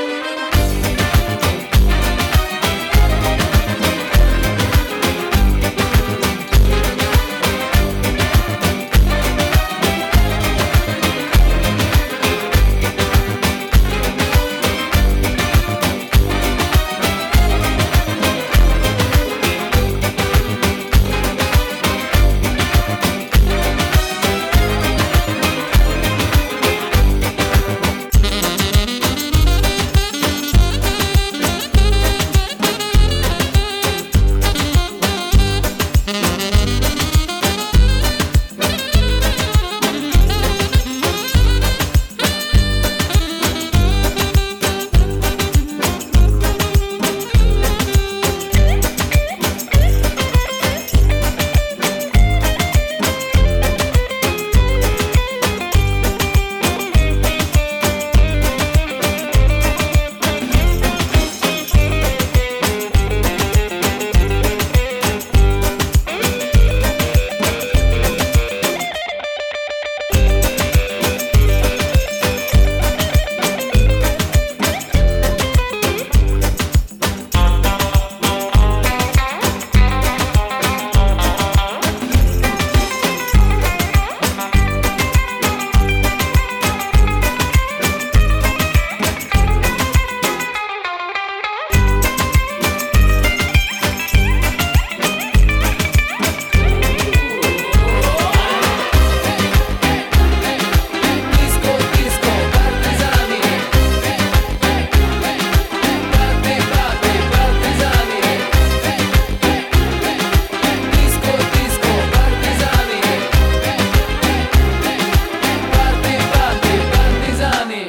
Disco, disco, partizani. Party, party, partizani. Disco, disco, partizani. Party, party, partizani.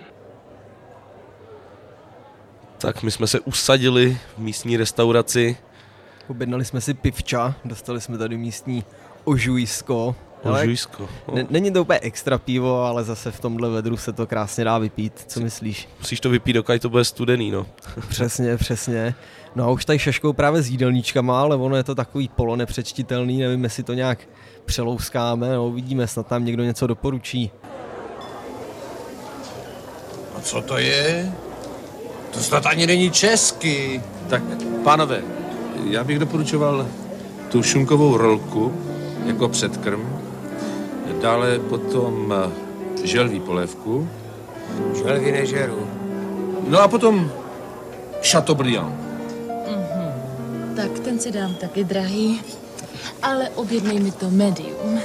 Tak my jsme se usadili v místní restauraci. Objednali jsme si pivča, dostali jsme tady místní ožujsko. Ale Ožujsko. Ne, není to úplně extra pivo, ale zase v tomhle vedru se to krásně dá vypít. Co myslíš? Musíš to vypít, dokud to bude studený, no. Přesně, přesně. No a už tady šaškou právě s jídelníčkama, ale ono je to takový polo nepřečtitelný, nevím, jestli to nějak přelouskáme, no uvidíme, snad tam někdo něco doporučí. A co to je? To snad ani není česky. Tak, pánové, já bych doporučoval tu šunkovou rolku jako předkrm, dále potom želví polévku. Želví nežeru. No a potom Chateaubriand. Mm-hmm. Tak ten si dám taky drahý, ale objednej mi to medium.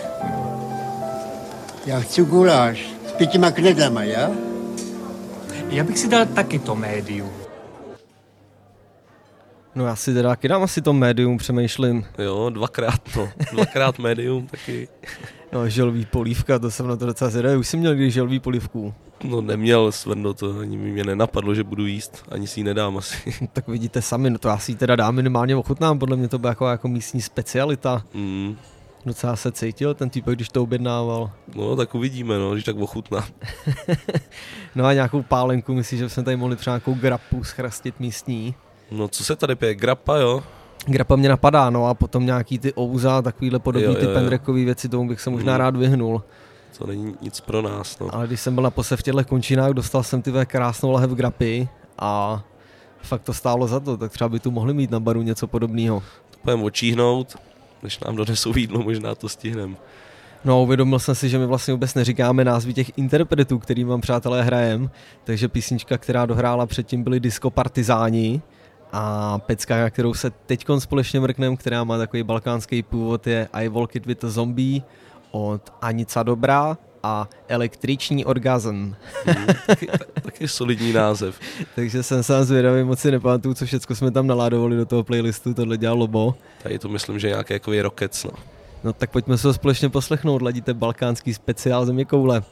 Já chci guláš s pětima knedlama, já? Já bych si dal taky to medium. No já si teda taky dám asi to médium, přemýšlím. Jo, dvakrát, no. Dvakrát médium taky. No, želví polívka, to jsem na to docela zvědavý. Už jsi měl kdy želví polívku? No neměl, Svrno, to ani mě nenapadlo, že budu jíst, ani si ji nedám asi. Tak vidíte sami, no to já si ji teda dám, minimálně ochutnám, podle mě to byla jako, jako místní specialita. Mm. Docela se cítil ten týpek, když to objednával. No tak uvidíme, no, když tak ochutná. No a nějakou pálenku, myslíš, že jsme tady mohli třeba nějakou grapu schrastit místní? No co se tady pije, grappa, jo? Grappa mě napadá, no a potom nějaký ty ouza, takovýhle podobný jo, jo, ty pendrekový věci, tomu bych se možná mm. rád vyhnul. To není nic pro nás, no. Ale když jsem byl naposled v těchto končinách, dostal jsem tyhle krásnou lahev grapy a fakt to stálo za to, tak třeba by tu mohli mít na baru něco podobného. To budeme očíhnout, než nám donesou jídlo, možná to stihneme. No, uvědomil jsem si, že my vlastně vůbec neříkáme názvy těch interpretů, kterým vám přátelé hrajem, takže písnička, která dohrála předtím, byly Disco Partizáni a pecka, na kterou se teďkon společně mrknem, která má takový balkánský původ, je I Walk It With a Zombie od Anica Dobrá a Električní orgazm. Hmm, taky, taky solidní název. Takže jsem sám zvědavý, moc si nepamatuju, co všechno jsme tam naládovali do toho playlistu, tohle dělal Lobo. Tady to myslím, že nějaký jako rockets, no. No tak pojďme se ho společně poslechnout, ladíte balkánský speciál Země koule.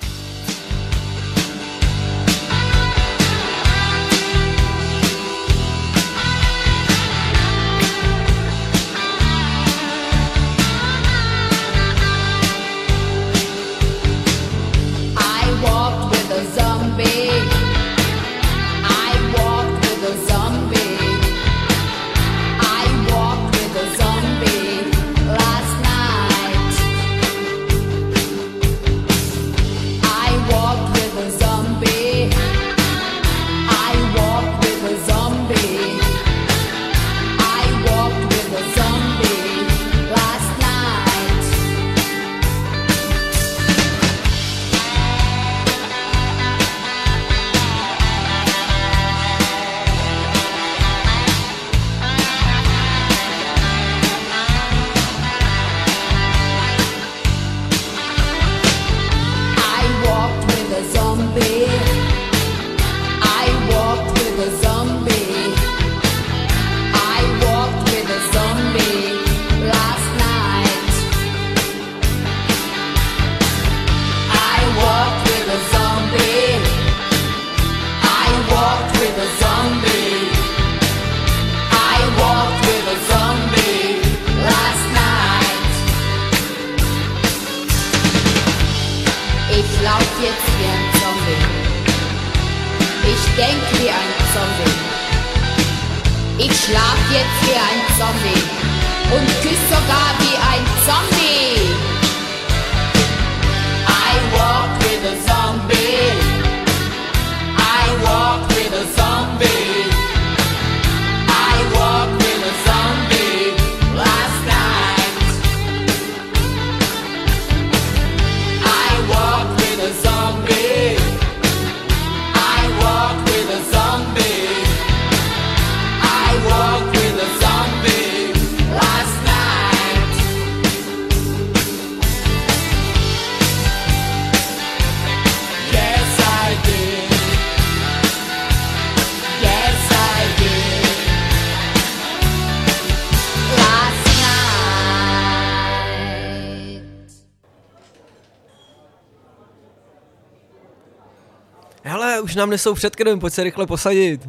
Hele, už nám nesou před krem, pojď se rychle posadit.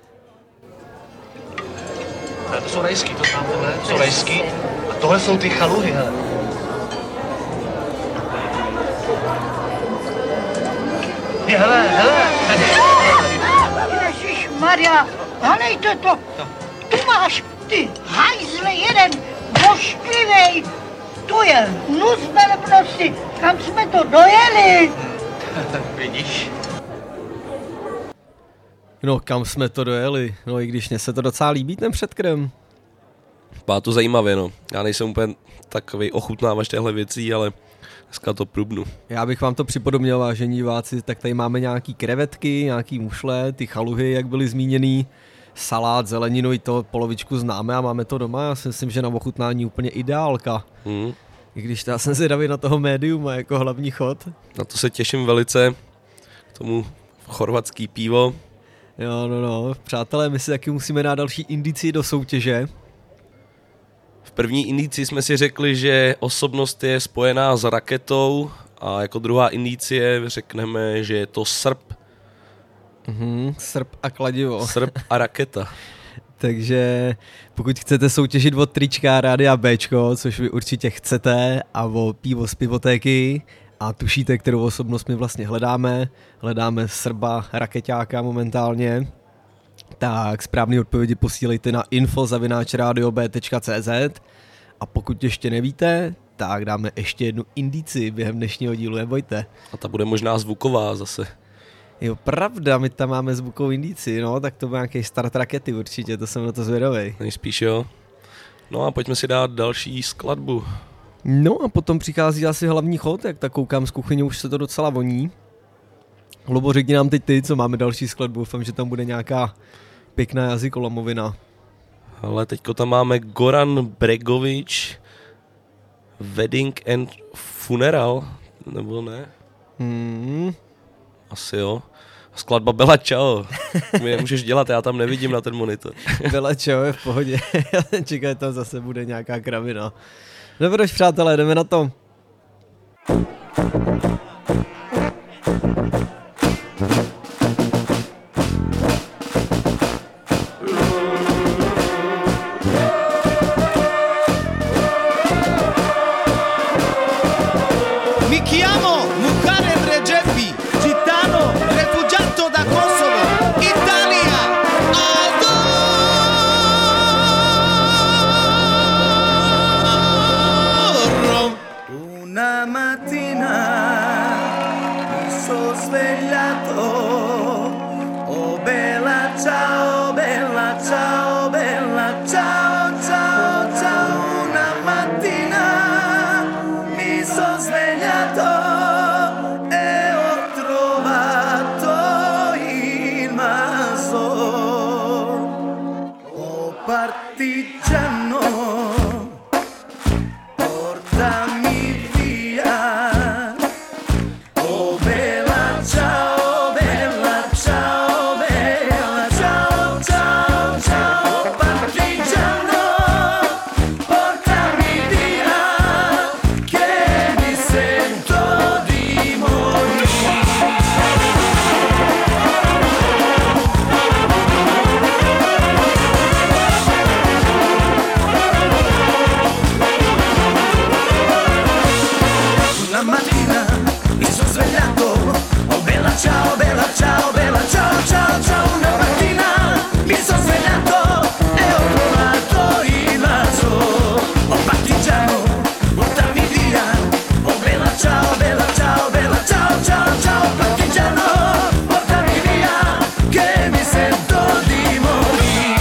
To jsou rajský, to znám tohle, to jsou rajský. A tohle jsou ty chaluhy, hele. Je, hele, hele, tady. Ježišmarja, halejte to. Tu máš, ty hajzle jeden, vošklivej. To je hnus velebnosti, kam jsme to dojeli. Vidíš? No, kam jsme to dojeli, no i když mě se to docela líbí ten předkrem. Má to zajímavě, no. Já nejsem úplně takovej ochutnávač těchto věcí, ale dneska to prubnu. Já bych vám to připodobnil, vážení diváci, tak tady máme nějaký krevetky, nějaký mušle, ty chaluhy, jak byly zmíněný, salát, zeleninu, i to polovičku známe a máme to doma. Já si myslím, že na ochutnání úplně ideálka. Mm. I když já jsem zvědavý na toho médiuma jako hlavní chod. Na to se těším velice, k tomu chorvatský pivo. Jo, no, no. Přátelé, my si taky musíme dát další indici do soutěže. V první indici jsme si řekli, že osobnost je spojená s raketou a jako druhá indicie řekneme, že je to srp. Mhm, srp a kladivo. Srp a raketa. Takže pokud chcete soutěžit o trička Rádia Bčko, což vy určitě chcete, a o pivo z pivotéky, a tušíte, kterou osobnost my vlastně hledáme, hledáme Srba rakeťáka momentálně, tak správný odpovědi posílejte na info zavináč radio b tečka cé zet a pokud ještě nevíte, tak dáme ještě jednu indici během dnešního dílu, nebojte. A ta bude možná zvuková zase. Jo, pravda, my tam máme zvukovou indici, no, tak to bude nějaký start rakety určitě, to jsem na to zvědavej. Nejspíš jo. No a pojďme si dát další skladbu. No a potom přichází asi hlavní chod, jak tak koukám z kuchyně, už se to docela voní. Lubo, řekni nám teď ty, co máme další skladbu, doufám, že tam bude nějaká pěkná jazykolamovina. Ale teďko tam máme Goran Bregovič, Wedding and Funeral, nebo ne? Hmm. Asi jo. Skladba Bella Ciao. Mě můžeš dělat, já tam nevidím na ten monitor. Bella Ciao je v pohodě. Čekaj, tam zase bude nějaká kravina. Dobroš, přátelé, jdeme na to. Mi chiamo Muharrem Regepi, gitano, rifugiato da Kosovo, Italia. Adoro. Una mattina mi sono svegliato, oh bella ciao, bella ciao, bella ciao, ciao, ciao. Una mattina mi sono svegliato e ho trovato il maso. Oh partigiano, portami via. Oh bella ciao, bella ciao, bella ciao, ciao, ciao. Partigiano, portami via, che mi sento di morire. Una mattina mi sono svegliato, oh bella ciao, bella ciao, bella ciao, ciao, ciao. Una mattina mi sono svegliato e ho trovato il vaso. Oh partigiano, portami via, oh bella ciao, bella ciao, bella ciao, ciao, ciao. Partigiano, portami via, che mi sento di morire.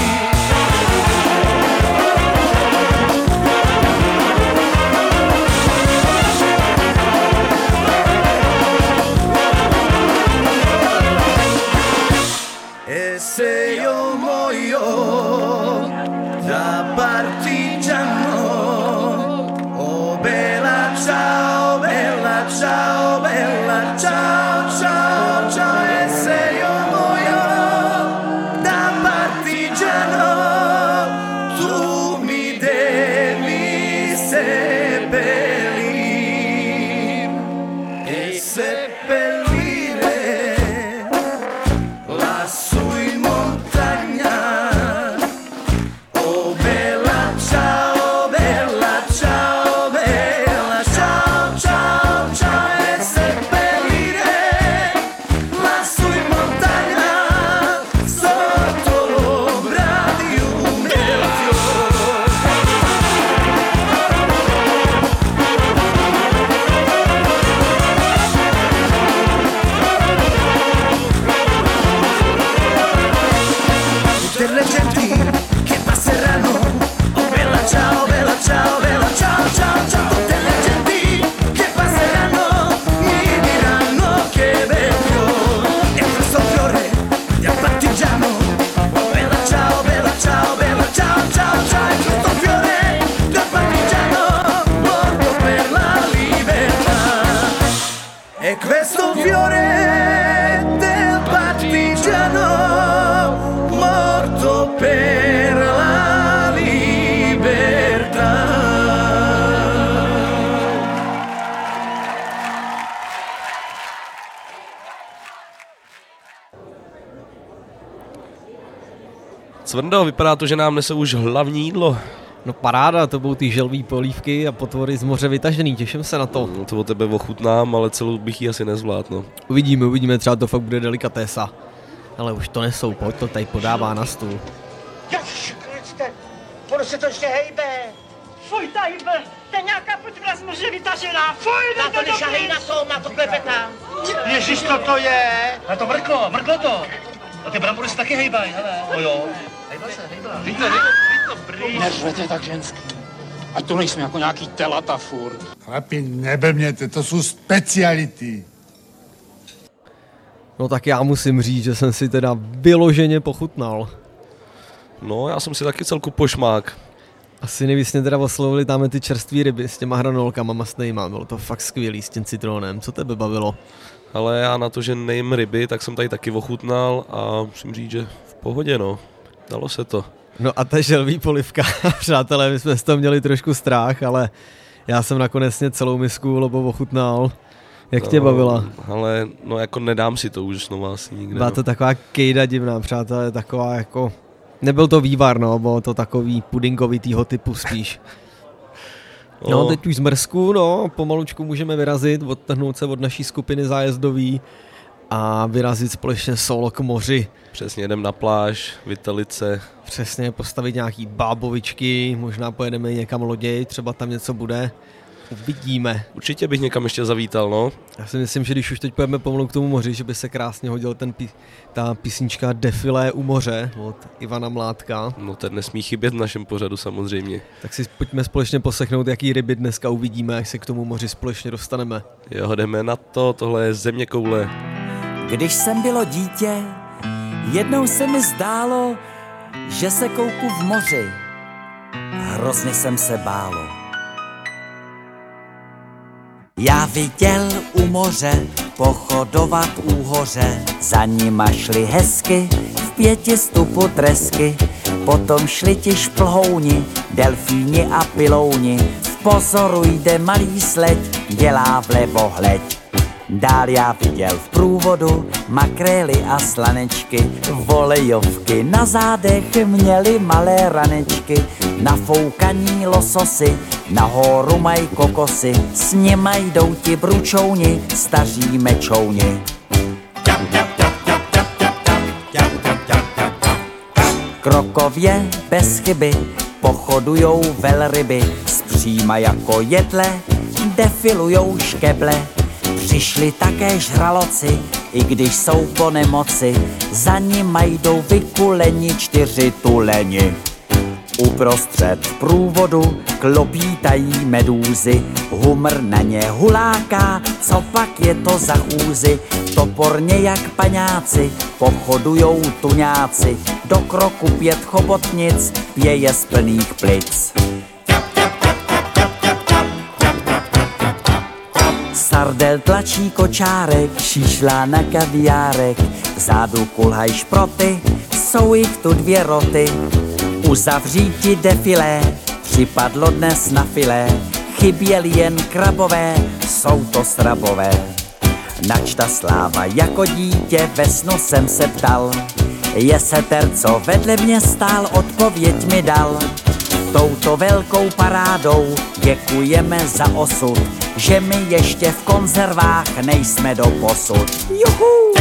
E se io muoio da partigiano, oh bella ciao, bella ciao, bella ciao, ciao, ciao. E se io muoio da partigiano, tu mi devi seppellire e seppellire lassù in montagna. Oh bella ciao, bella ciao, bella ciao, ciao, ciao. E seppellire Cvrndo, vypadá to, že nám nese už hlavní jídlo. No paráda, to budou ty želví polívky a potvory z moře vytažený, těším se na to. No, to o tebe ochutnám, ale celou bych ji asi nezvládl, no. Uvidíme, uvidíme, třeba to fakt bude delikatésa. Ale už to nesou, pojď to tady podává na stůl. Jož, kličte, ono se to ještě hejbe. Fuj, ta hýbe, to je nějaká potvora z moře vytažená. Fuj, na to nešahej na to, má to klepetá. Ježiš, co to je? A to mrklo, mrklo to. A ty brambory se taky hejbají, hele. No jo. Hejba se, hejba. Víte, víte, Neřvete tak ženský. Ať to nejsme jako nějaký telata furt. Chlapi, neblbněte, to jsou speciality. No tak já musím říct, že jsem si teda vyloženě pochutnal. No, já jsem si taky celku pošmák. Asi nejvíc mě teda oslovili tam ty čerstvé ryby s těma hranolkama masnejma, bylo to fakt skvělý s tím citronem, co tebe bavilo? Ale já na to, že nejím ryby, tak jsem tady taky ochutnal a musím říct, že v pohodě, no. Dalo se to. No a ta želví polivka, přátelé, my jsme z toho měli trošku strach, ale já jsem nakonec mě celou misku lobo ochutnal. Jak no, tě bavila? Ale no jako nedám si to už znovu asi nikde. Byla no. to taková kejda divná, přátelé, taková jako... Nebyl to vývar, no, bylo to takový pudingovitýho typu spíš. No, no teď už z Mrzku, no, pomalučku můžeme vyrazit, odtrhnout se od naší skupiny zájezdový a vyrazit společně solo k moři. Přesně, jdem na pláž, vytelit se. Přesně, postavit nějaký bábovičky, možná pojedeme někam loděj, třeba tam něco bude. Uvidíme. Určitě bych někam ještě zavítal, no. Já si myslím, že když už teď pojeme pomalu k tomu moři, že by se krásně hodil ten pí- ta písnička Defilé u moře od Ivana Mládka. No ten nesmí chybět v našem pořadu samozřejmě. Tak si pojďme společně poslechnout, jaký ryby dneska uvidíme, až se k tomu moři společně dostaneme. Jo, jdeme na to, tohle je Zeměkoule. Když jsem bylo dítě, jednou se mi zdálo, že se koupu v moři. Hrozně jsem se bálo. Já viděl u moře pochodovat úhoře, za nima šli hezky v pěti stupu tresky, potom šli ti šplhouni, delfíni a pilouni, v pozoru jde malý sleď, dělá vlevo hleď. Dál já viděl v průvodu makrély a slanečky, volejovky na zádech měly malé ranečky, nafoukaní lososy, nahoru mají kokosy, s nima jdou ti bručouni, staří mečouni. Krokově bez chyby pochodujou velryby, zpříma jako jedle defilujou škeble. Přišli také žraloci, i když jsou po nemoci, za nima jdou vykuleni čtyři tuleni. Uprostřed průvodu klopítají medúzy, humr na ně huláká, co pak je to za chůzi. Toporně jak paňáci pochodujou tuňáci, do kroku pět chobotnic pěje z plných plic. Sardel tlačí kočárek, šišlá na kaviárek, vzadu kulhaj šproty, jsou jich tu dvě roty. Uzavří ti defilé, připadlo dnes na filé, chyběl jen krabové, jsou to srabové. Načta sláva jako dítě, ve snu jsem se ptal, je seter, co vedle mě stál, odpověď mi dal. Touto velkou parádou děkujeme za osud, že my ještě v konzervách nejsme do posud. Juhu!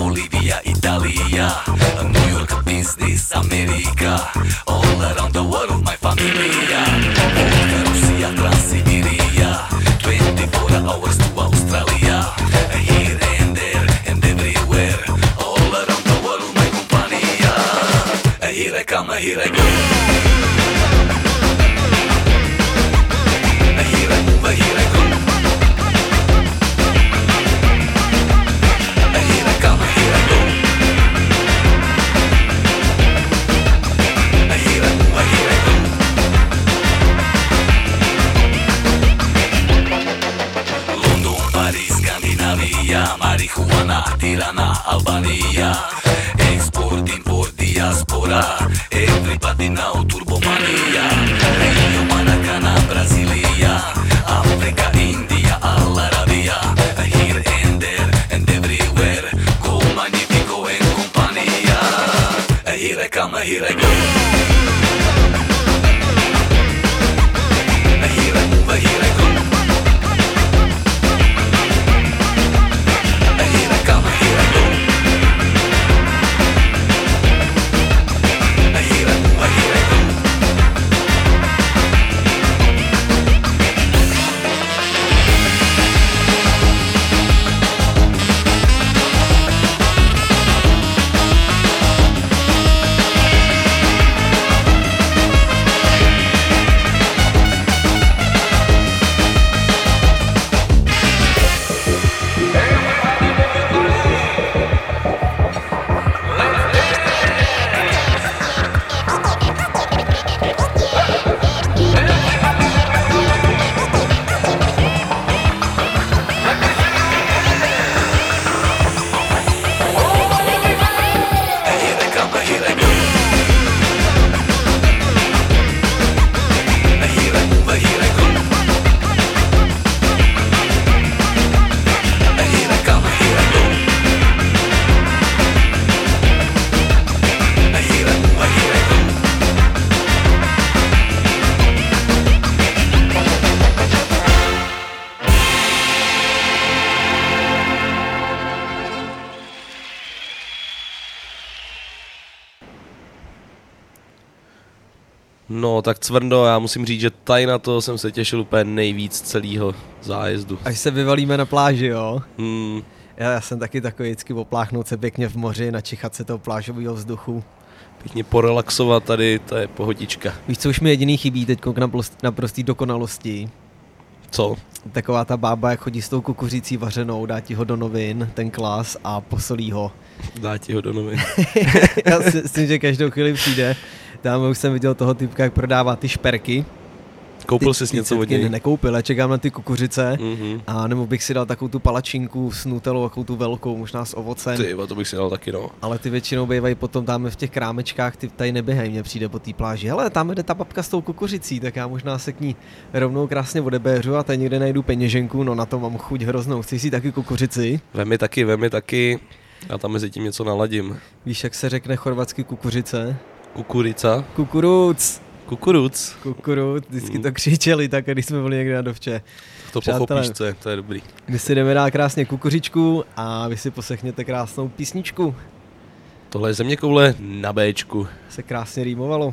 Bolivia, Italia, New York, business, America, all around the world, my familia, Volga, Russia, Transsiberia, twenty-four hours to Australia, here and there and everywhere, all around the world, my compania, here I come, here I go. Here I move, here I go. Here I come, here I go. Here I move, here I go. London, Paris, Scandinavia, marijuana, Tirana, Albania, export, import, diaspora, everybody now turbomania, Rio, Maracana, Brasilia, Africa, India, Al Arabia, here and there and everywhere, go magnifico and compania, here I come, here I go. Here I move, here I go. Here I come, here I go. Here I move, here I go. No, tak Cvrndo, já musím říct, že tady na to jsem se těšil úplně nejvíc celého zájezdu. Až se vyvalíme na pláži, jo? Hmm. Já, já jsem taky takový vždycky opláchnout se pěkně v moři, načichat se toho plážového vzduchu. Pěkně porelaxovat tady, to je pohodička. Víš, co už mi jediný chybí teď na prostý dokonalosti? Co? Taková ta bába, jak chodí s tou kukuřicí vařenou, dá ti ho do novin, ten klas a posolí ho. Dá ti ho do novin. Já si myslím, že každou chvíli přijde. Tam už jsem viděl toho typka, jak prodává ty šperky. Koupil jsi něco od něj? Nekoupil, já čekám na ty kukuřice. Mm-hmm. A nebo bych si dal takovou tu palačinku s nutelou, takovou tu velkou, možná s ovocem. Ty, to bych si dal taky, no. Ale ty většinou bývají potom tam v těch krámečkách, ty tady neběhají, mně přijde po té pláži. Hele, tam jde ta babka s tou kukuřicí, tak já možná se k ní rovnou krásně odebéřu a tady někde najdu peněženku, no na to mám chuť hroznou. Chci si taky kukuřici? Vemi taky, vemi taky. Já tam mezi tím něco naladím. Víš, jak se řekne chorvatsky kukuřice? Kukurica? Kukuruc. Kukuruc. Kukuruc, vždycky to křičeli tak, když jsme byli někde na dovče. To pochopíš, co je, to je dobrý. My si jdeme dát krásně kukuřičku a vy si poslechněte krásnou písničku. Tohle je Zeměkoule na Béčku. Se krásně rýmovalo.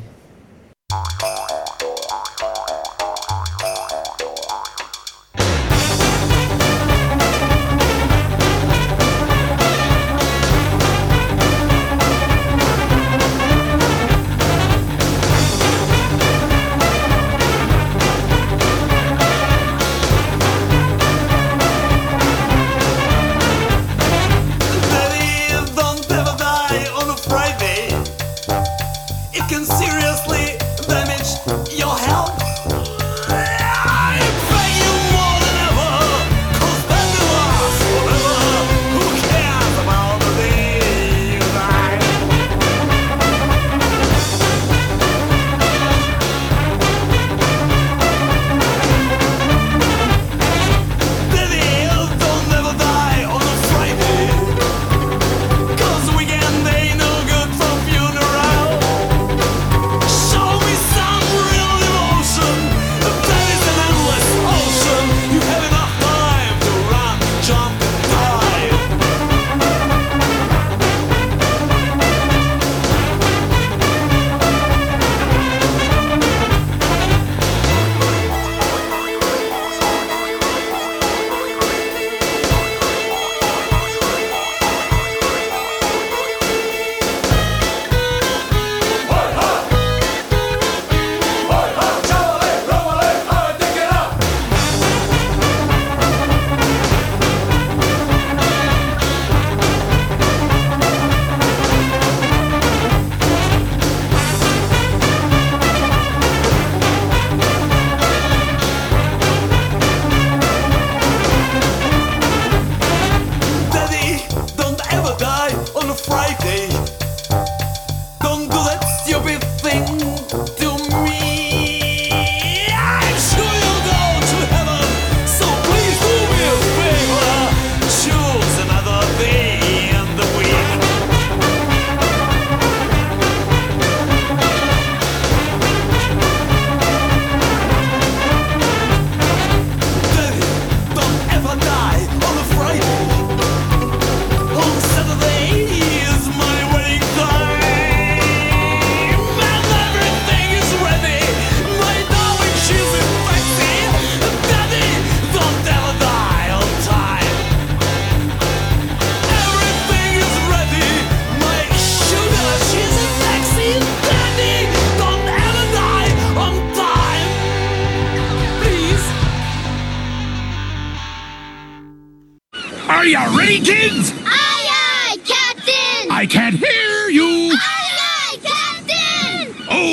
Are you ready, kids? Aye, aye, Captain! I can't hear you. Aye, aye, Captain!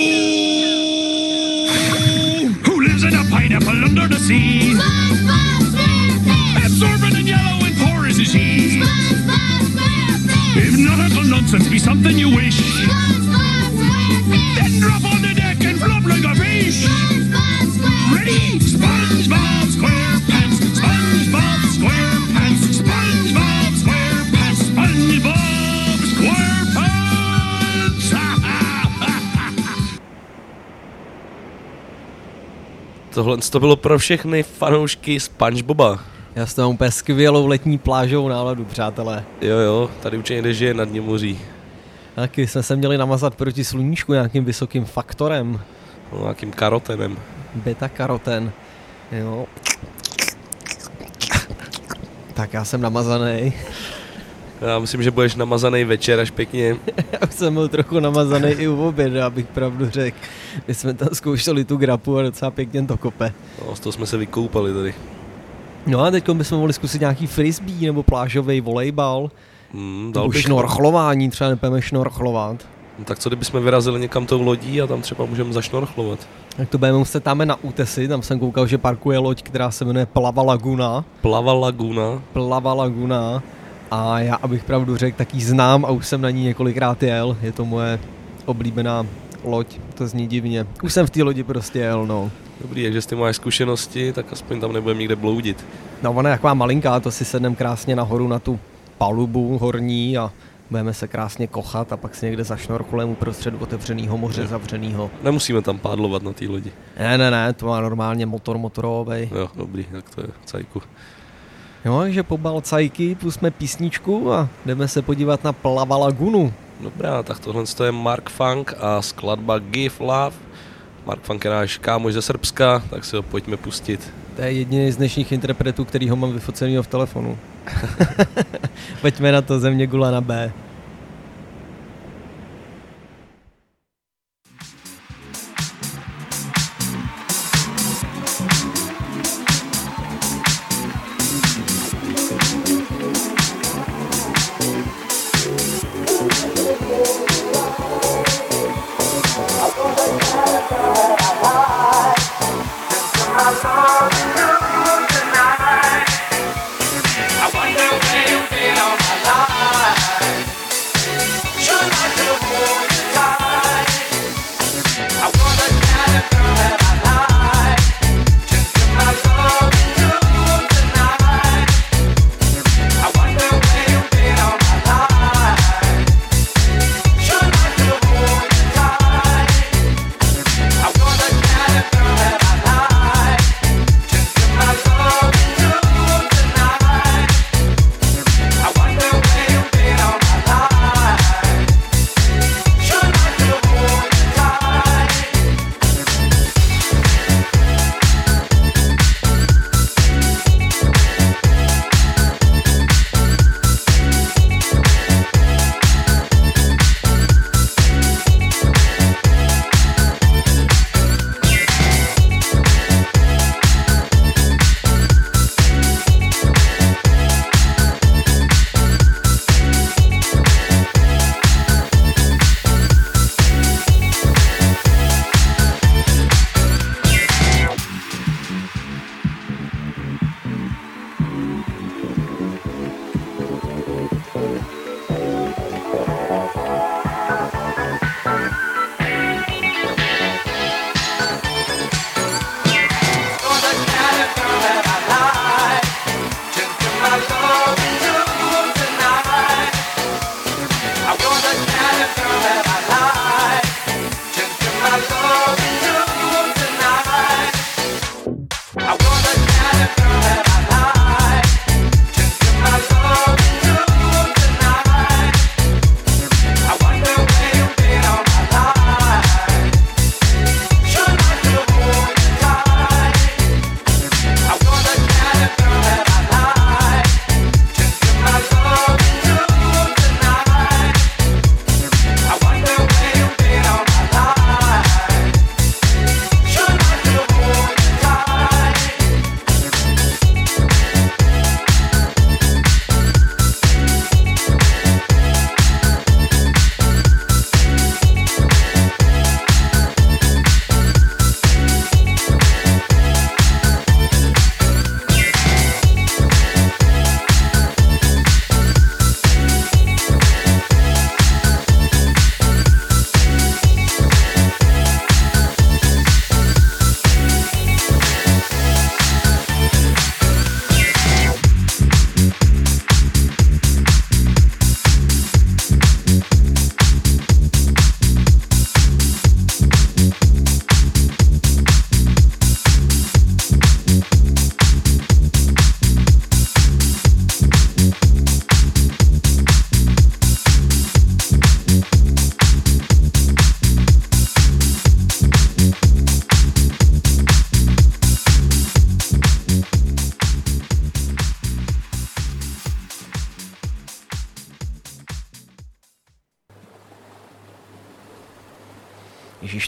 Oh, who lives in a pineapple under the sea? SpongeBob SquarePants! Absorbent and yellow and porous is he. SpongeBob SquarePants! If nautical nonsense be something you wish, SpongeBob SquarePants! then drop on the deck and flop like a fish. SpongeBob SquarePants! Ready? SpongeBob SquarePants, SpongeBob SquarePants, SpongeBob SquarePants, SpongeBob SquarePants. Tohle to bylo pro všechny fanoušky SpongeBoba. Já jsem úplně skvělou letní plážovou náladu, přátelé. Jo, jo, tady určitě někde žije na dně moří. Taky jsme se měli namazat proti sluníčku nějakým vysokým faktorem. No, nějakým karotenem. Beta-karoten. Jo. Tak já jsem namazaný. Já myslím, že budeš namazaný večer až pěkně. Já jsem byl trochu namazaný i u oběda, abych pravdu řekl. My jsme tam zkoušeli tu grapu a docela pěkně to kope. No, z toho jsme se vykoupali tady. No a teď bychom mohli zkusit nějaký frisbee nebo plážový volejbal. Hmm, nebo šnorchlování, třeba nepůjdeme šnorchlovat. No, tak co kdybychom vyrazili někam tou lodí a tam třeba můžeme zašnorchlovat? Tak to budeme muset tam na útesy, tam jsem koukal, že parkuje loď, která se jmenuje Plava Laguna. Plava Laguna? Plava Laguna. A já, abych pravdu řekl, tak ji znám a už jsem na ní několikrát jel. Je to moje oblíbená loď, to zní divně. Už jsem v té lodi prostě jel, no. Dobrý, takže s tím máš zkušenosti, tak aspoň tam nebudeme nikde bloudit. No ona je taková malinká, to si sedneme krásně nahoru na tu palubu horní a budeme se krásně kochat a pak si někde zašnorchlujeme uprostřed otevřenýho moře, ne. zavřenýho. Nemusíme tam pádlovat na té lodi. Ne, ne, ne, to má normálně motor motorový. Jo, dobrý, tak to je cajku. Jo, takže po balcajky pustíme písničku a jdeme se podívat na Plava Lagunu. Dobrá, tak tohle je Mark Funk a skladba Give Love. Mark Funk je náš kámoš ze Srbska, tak si ho pojďme pustit. To je jediný z dnešních interpretů, který ho mám vyfocenýho v telefonu. Pojďme na to, Země gula na B. I wonder where you feel all my life.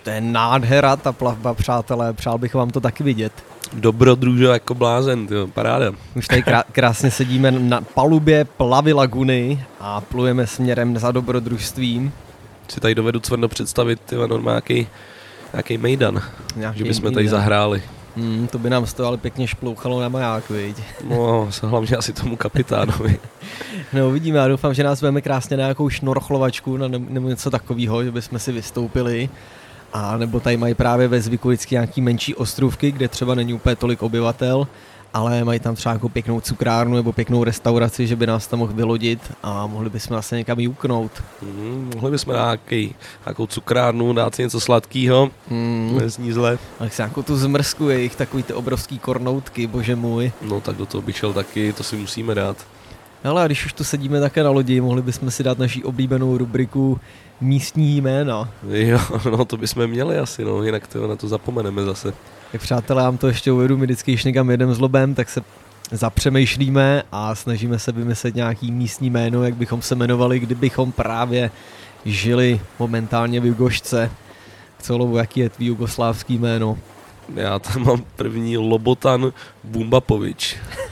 To je nádhera, ta plavba, přátelé, přál bych vám to taky vidět. Dobrodružo jako blázen, tyjo, paráda. Už tady krá- krásně sedíme na palubě plavy laguny a plujeme směrem za dobrodružstvím. Si tady dovedu cvrno představit, tyjo, normálně nějaký mejdan, Nějaký že bychom mejdan. tady zahráli. Hmm, to by nám z toho ale pěkně šplouchalo na maják, viď? No, hlavně asi tomu kapitánovi. No uvidíme, já doufám, že nás veme krásně na nějakou šnorchlovačku na nebo něco takového, že bychom si vystoupili. A nebo tady mají právě ve zvyku vždycky nějaký menší ostrůvky, kde třeba není úplně tolik obyvatel, ale mají tam třeba nějakou pěknou cukrárnu nebo pěknou restauraci, že by nás tam mohl vylodit a mohli bychom zase někam juknout. Mm, mohli bychom dát nějaký, nějakou cukrárnu, dát si něco sladkého, mm. nezní zle. Ale si nějakou tu zmrzku, jejich takový ty obrovský kornoutky, bože můj. No tak do toho bych šel taky, to si musíme dát. Ale a když už tu sedíme také na lodi, mohli bychom si dát naší oblíbenou rubriku místní jména. Jo, no to bychom měli asi, no, jinak to, na to zapomeneme zase. Tak přátelé, já vám to ještě uvedu, my vždycky, když někam jedem s Lobem, tak se zapřemýšlíme a snažíme se vymyslet nějaký místní jméno, jak bychom se jmenovali, kdybychom právě žili momentálně v Jugošce. Co, Lobo, jaký je tvý jugoslávský jméno? Já tam mám první Lobotan Bumbapovič.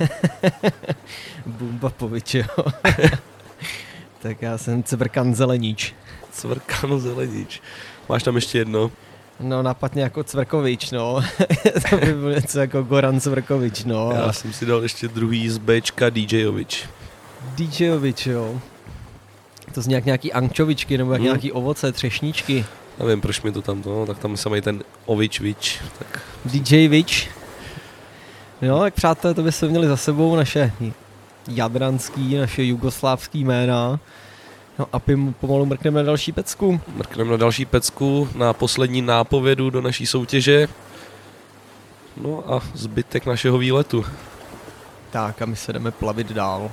Bumbapovič, jo. Tak já jsem Cvrkan Zelenič. Cvrkan Zelenič. Máš tam ještě jedno? No napadně jako Cvrkovič, no. To by bylo něco jako Goran Cvrkovič, no. Já jsem si dal ještě druhý z Bčka DJovič. DJovič, jo. To zní jak nějaký ančovičky nebo jak hmm. nějaký ovoce, třešničky. Nevím, proč mi to tam to, no, tak tam se mají ten Ovič-vič. Tak. DJvič. No, tak přátelé, to by se měli za sebou naše jadranský, naše jugoslávský jména. No a pim, pomalu mrkneme na další pecku. Mrkneme na další pecku, na poslední nápovědu do naší soutěže. No a zbytek našeho výletu. Tak a my se jdeme plavit dál.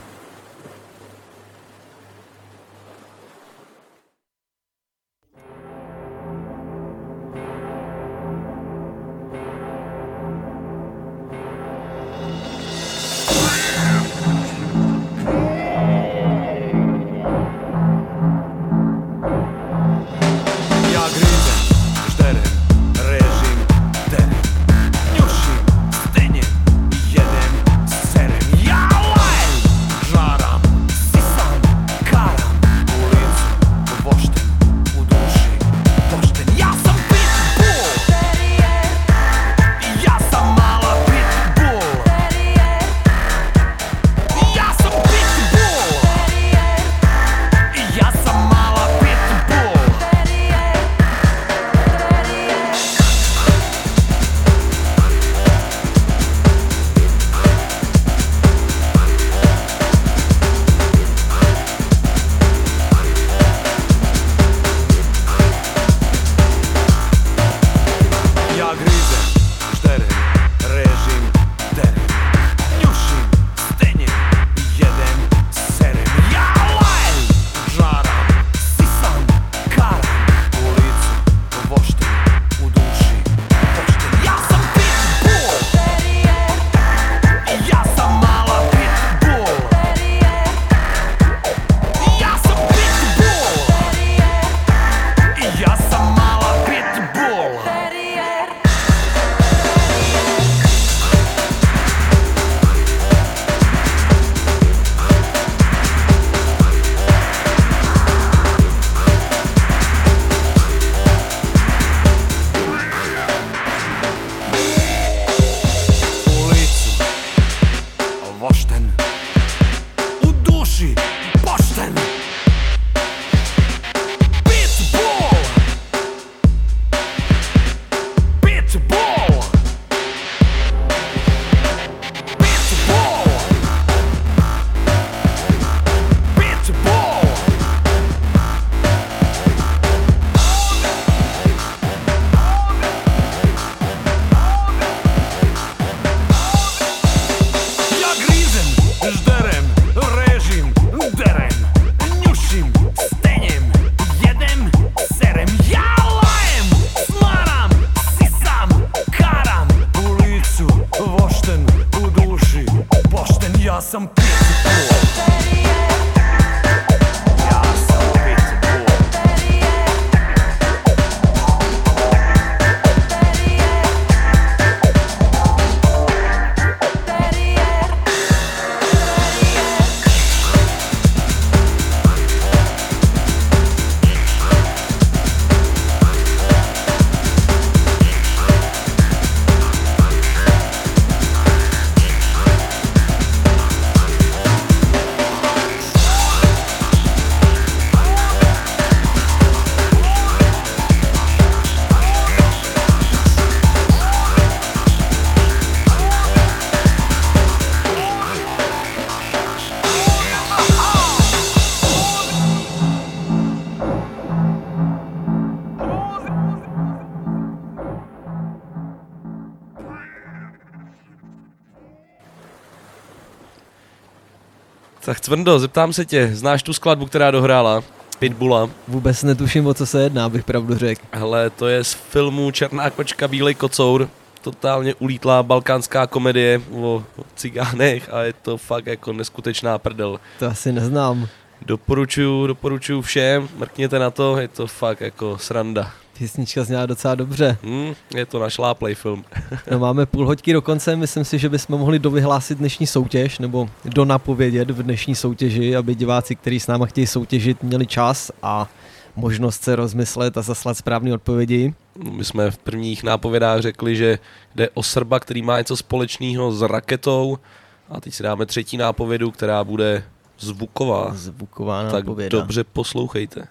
Tak Cvrndo, zeptám se tě, znáš tu skladbu, která dohrála? Pitbulla. Vůbec netuším, o co se jedná, abych pravdu řekl. Hele, to je z filmu Černá kočka, bílej kocour. Totálně ulítlá balkánská komedie o cigánech a je to fakt jako neskutečná prdel. To asi neznám. Doporučuju, doporučuju všem, mrkněte na to, je to fakt jako sranda. Písnička zněla docela dobře. Hmm, je to našláplej film. No máme půl hoďky do konce, myslím si, že bychom mohli dovyhlásit dnešní soutěž, nebo donapovědět v dnešní soutěži, aby diváci, kteří s náma chtějí soutěžit, měli čas a možnost se rozmyslet a zaslat správné odpovědi. My jsme v prvních nápovědách řekli, že jde o Srba, který má něco společného s raketou a teď si dáme třetí nápovědu, která bude zvuková. Zvuková tak nápověda. Dobře poslouchejte.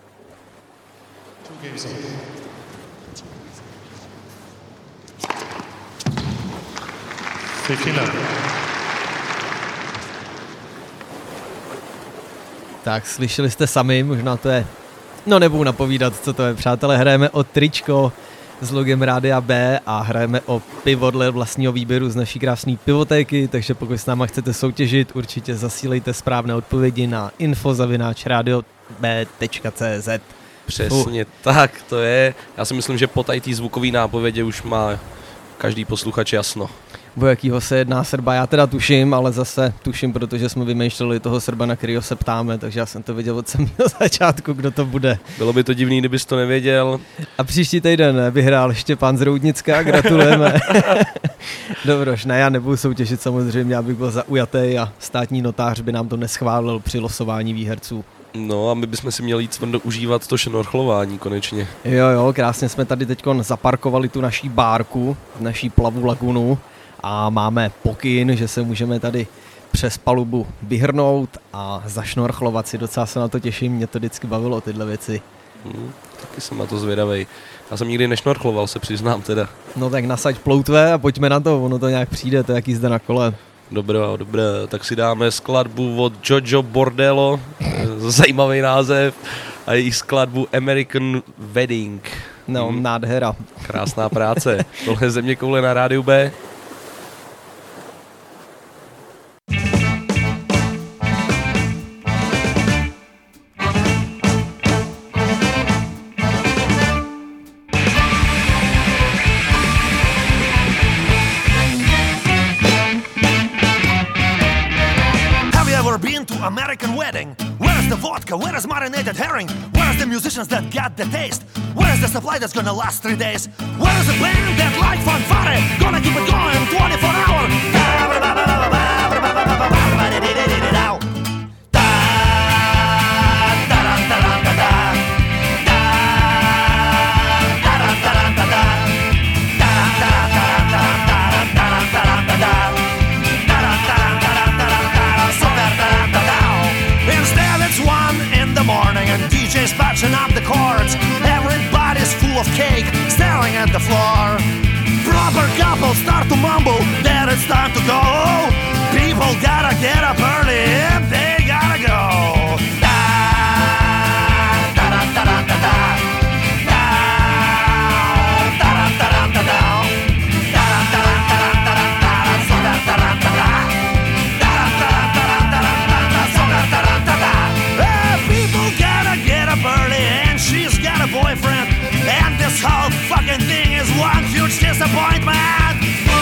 Tak slyšeli jste sami, možná to je, no nebudu napovídat, co to je, přátelé, hrajeme o tričko s logem Rádia B a hrajeme o pivo dle vlastního výběru z naší krásné pivotéky, takže pokud s náma chcete soutěžit, určitě zasílejte správné odpovědi na info zavináč radio b tečka cé zet. Přesně uh. tak, to je, já si myslím, že po tady té zvukové nápovědě už má každý posluchač jasno. O jakýho se jedná Srba, já teda tuším, ale zase tuším, protože jsme vymýšleli toho Srba, na kterýho se ptáme, takže já jsem to věděl od samého začátku, kdo to bude. Bylo by to divný, kdybys to nevěděl. A příští týden vyhrál Štěpán z Roudnicka, gratulujeme. Dobroš, ne, já nebudu soutěžit samozřejmě, abych byl zaujatý a státní notář by nám to neschválil při losování výherců. No a my bychom si měli jít Cvrndo užívat to šnorchlování konečně. Jo, jo, krásně jsme tady teďkon zaparkovali tu naší bárku, naší plavu lagunu a máme pokyn, že se můžeme tady přes palubu vyhrnout a zašnorchlovat si, docela se na to těším, mě to vždycky bavilo tyhle věci. Hmm, taky jsem na to zvědavej. Já jsem nikdy nešnorchloval, se přiznám teda. No tak nasaď ploutve a pojďme na to, ono to nějak přijde, to je jak jízda na kole. Dobrá, dobrá, tak si dáme skladbu od Jojo Bordello, zajímavý název, a její skladbu American Wedding. No, hmm. nádhera. Krásná práce. Tohle je Zeměkoule na Rádiu B. American wedding. Where is the vodka? Where is marinated herring? Where is the musicians that got the taste? Where is the supply that's gonna last three days? Where is the band that like fanfare? Gonna keep it going twenty-four hours. Patching up the chords, everybody's full of cake, staring at the floor. Proper couples start to mumble that it's time to go. People gotta get up early, they gotta go. Da, da, da, da, da, da, da. Da, da, da, da, da, da, da. Da, da, da, da, da, da, da. So da, da, da, da, da. Da, da, da, da, da, da, so da, da, da, da, da. People gotta get up early and she's got a boyfriend, and this whole fucking thing is one huge disappointment.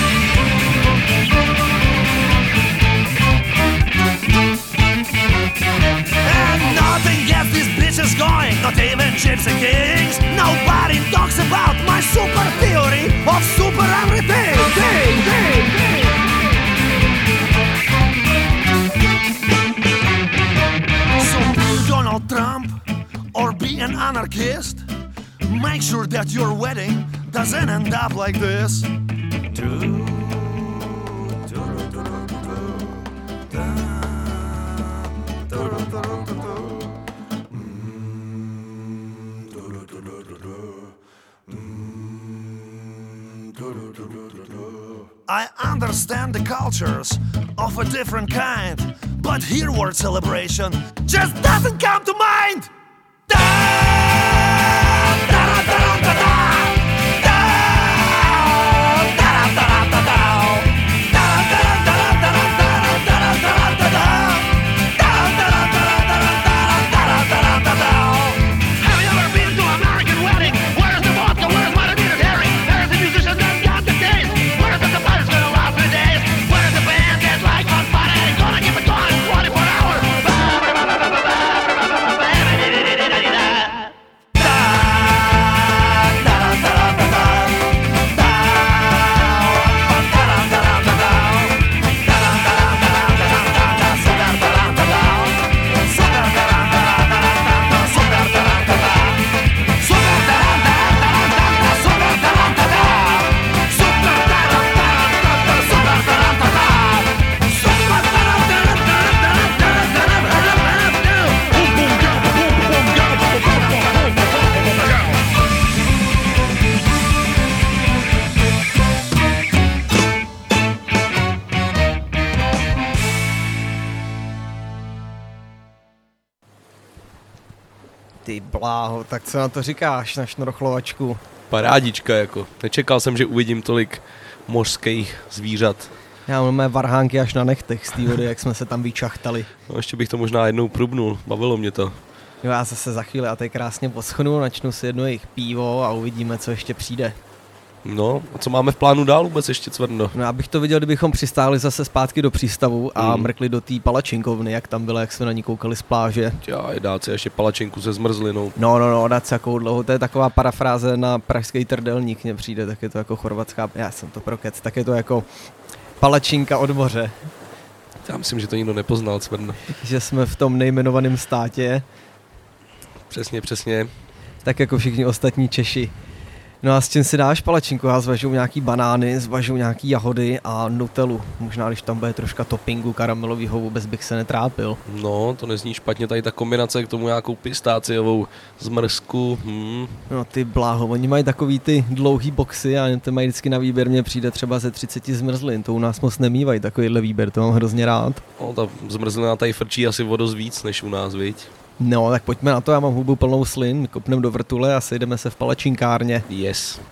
And nothing gets these bitches going, not even Gypsy Kings. Nobody talks about my super theory of super everything. Ding, ding, ding. So be Donald Trump or be an anarchist, make sure that your wedding doesn't end up like this. I understand the cultures of a different kind, but here word celebration just doesn't come to mind. Da, da, da, da, da, da. Da, da, da, da, da. Da, da, da, da, da, da, da, da, da, da, da. Ty bláho, tak co na to říkáš, na šnorchlovačku? Parádička jako. Nečekal jsem, že uvidím tolik mořských zvířat. Já mám mé varhánky až na nechtech z té vody, jak jsme se tam vyčachtali. No, ještě bych to možná jednou prubnul, bavilo mě to. Jo, já zase za chvíli a tady krásně poschnu, načnu si jedno jejich pivo a uvidíme, co ještě přijde. No, a co máme v plánu dál vůbec ještě, Cvrno? No, já bych to viděl, kdybychom přistáli zase zpátky do přístavu a Mm. mrkli do té palačinkovny, jak tam byla, jak jsme na ní koukali z pláže. Já dát si ještě palačinku se zmrzlinou. No, no, no, dát si jakou dlouho, to je taková parafráze na pražský trdelník, mně přijde, tak je to jako chorvatská, já jsem to prokec, tak je to jako palačinka od moře. Já myslím, že to nikdo nepoznal, Cvrno. Že jsme v tom nejmenovaném státě. Přesně, přesně. Tak jako všichni ostatní Češi. No a s čím si dáš palačinku? Já zvažuju nějaký banány, zvažuju nějaký jahody a nutelu. Možná, když tam bude troška toppingu karamelovýho, vůbec bych se netrápil. No, to nezní špatně, tady ta kombinace k tomu nějakou pistáciovou zmrzku. Hmm. No ty bláho, oni mají takový ty dlouhý boxy a ty mají vždycky na výběr, mně přijde třeba ze třicet zmrzlin, to u nás moc nemývají takovýhle výběr, to mám hrozně rád. No, ta zmrzlina tady frčí asi o dost víc než u nás, viď? No, tak pojďme na to, já mám hubu plnou slin, kopneme do vrtule a sejdeme se v palačinkárně. Yes.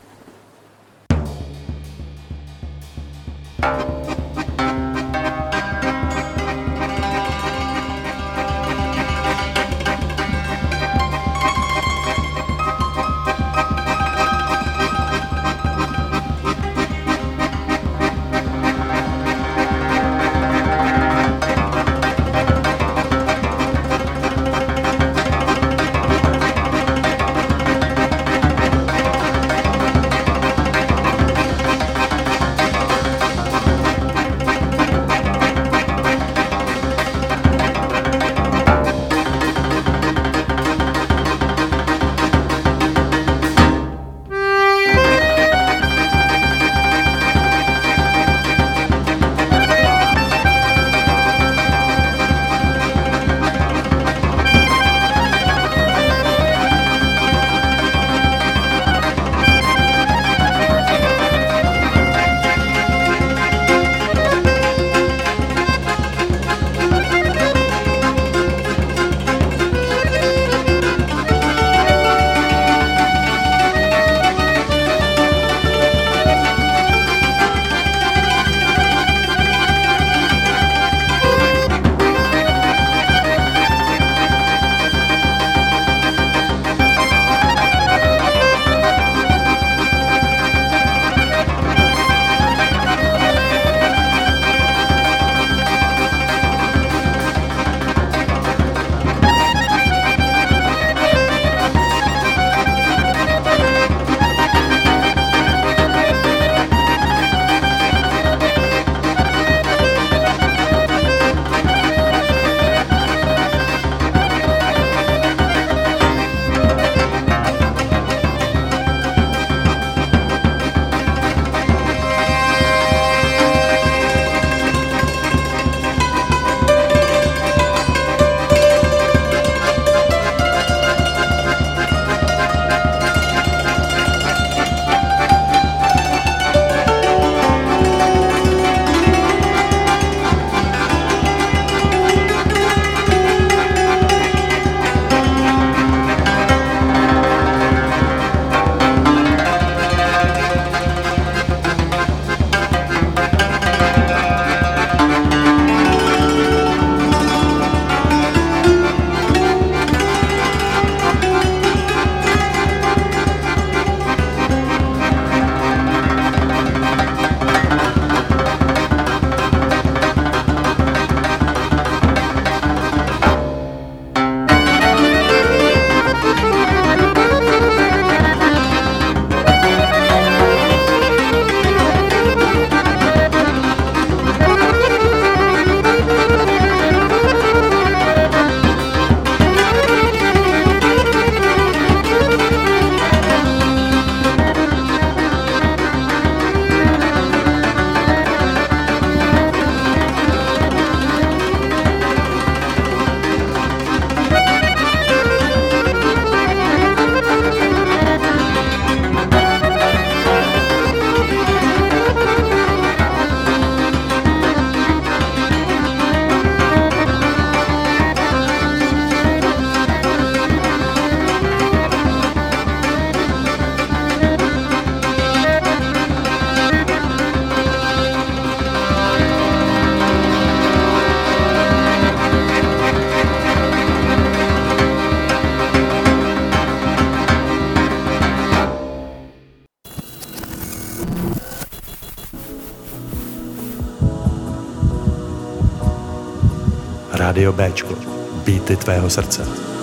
Rádio Béčko. Beaty tvého srdce.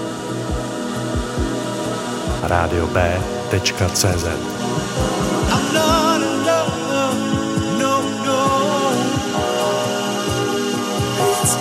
rádio bé tečka cé zet. I'm not alone, no, no. It's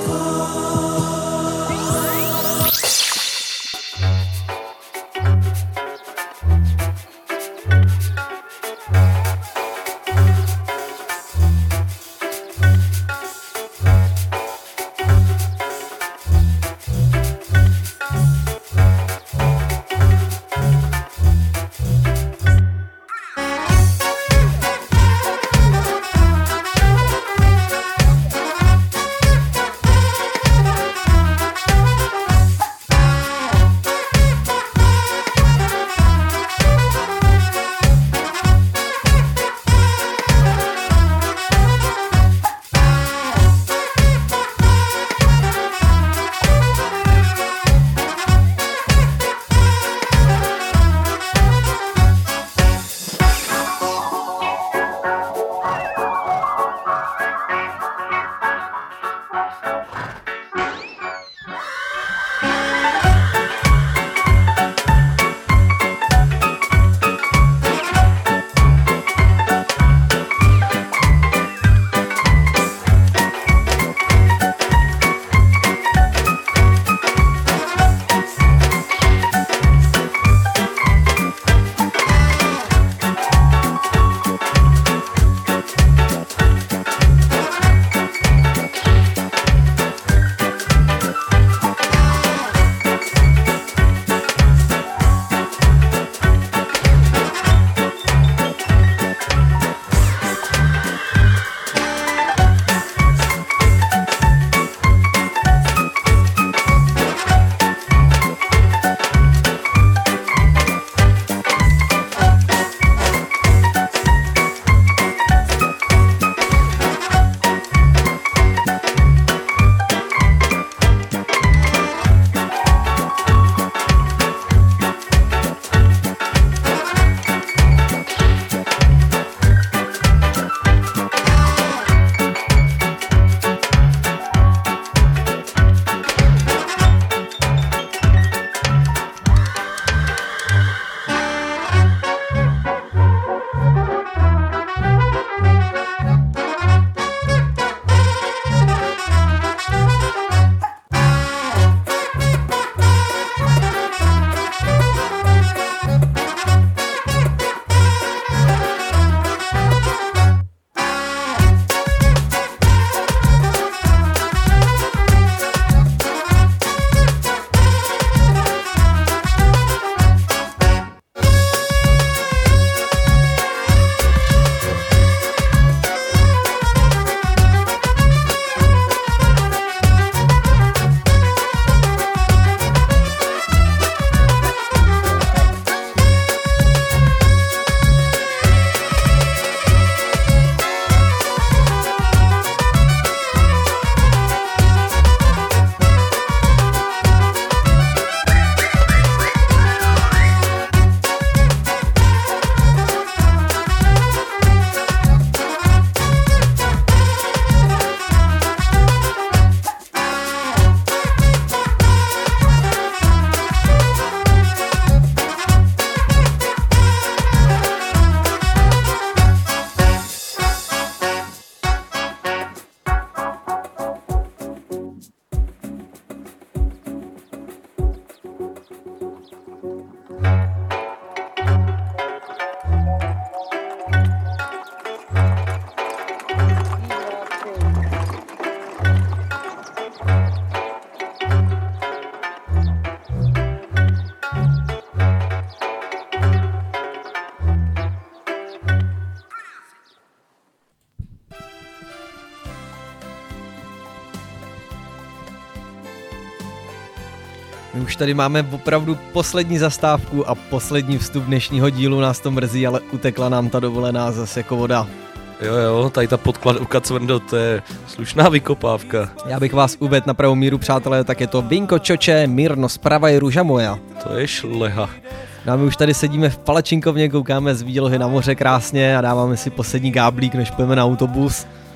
My už tady máme opravdu poslední zastávku a poslední vstup dnešního dílu, nás to mrzí, ale utekla nám ta dovolená zase jako voda. Jo, jo, tady ta podkladovka Cvrndo, to je slušná vykopávka. Já bych vás uvedl na pravou míru, přátelé, tak je to Vinko Čoče, Mirno, zprava je růža moja. To je šleha. No a my už tady sedíme v palačinkovně, koukáme z výlohy na moře krásně a dáváme si poslední gáblík, než půjdeme na autobus.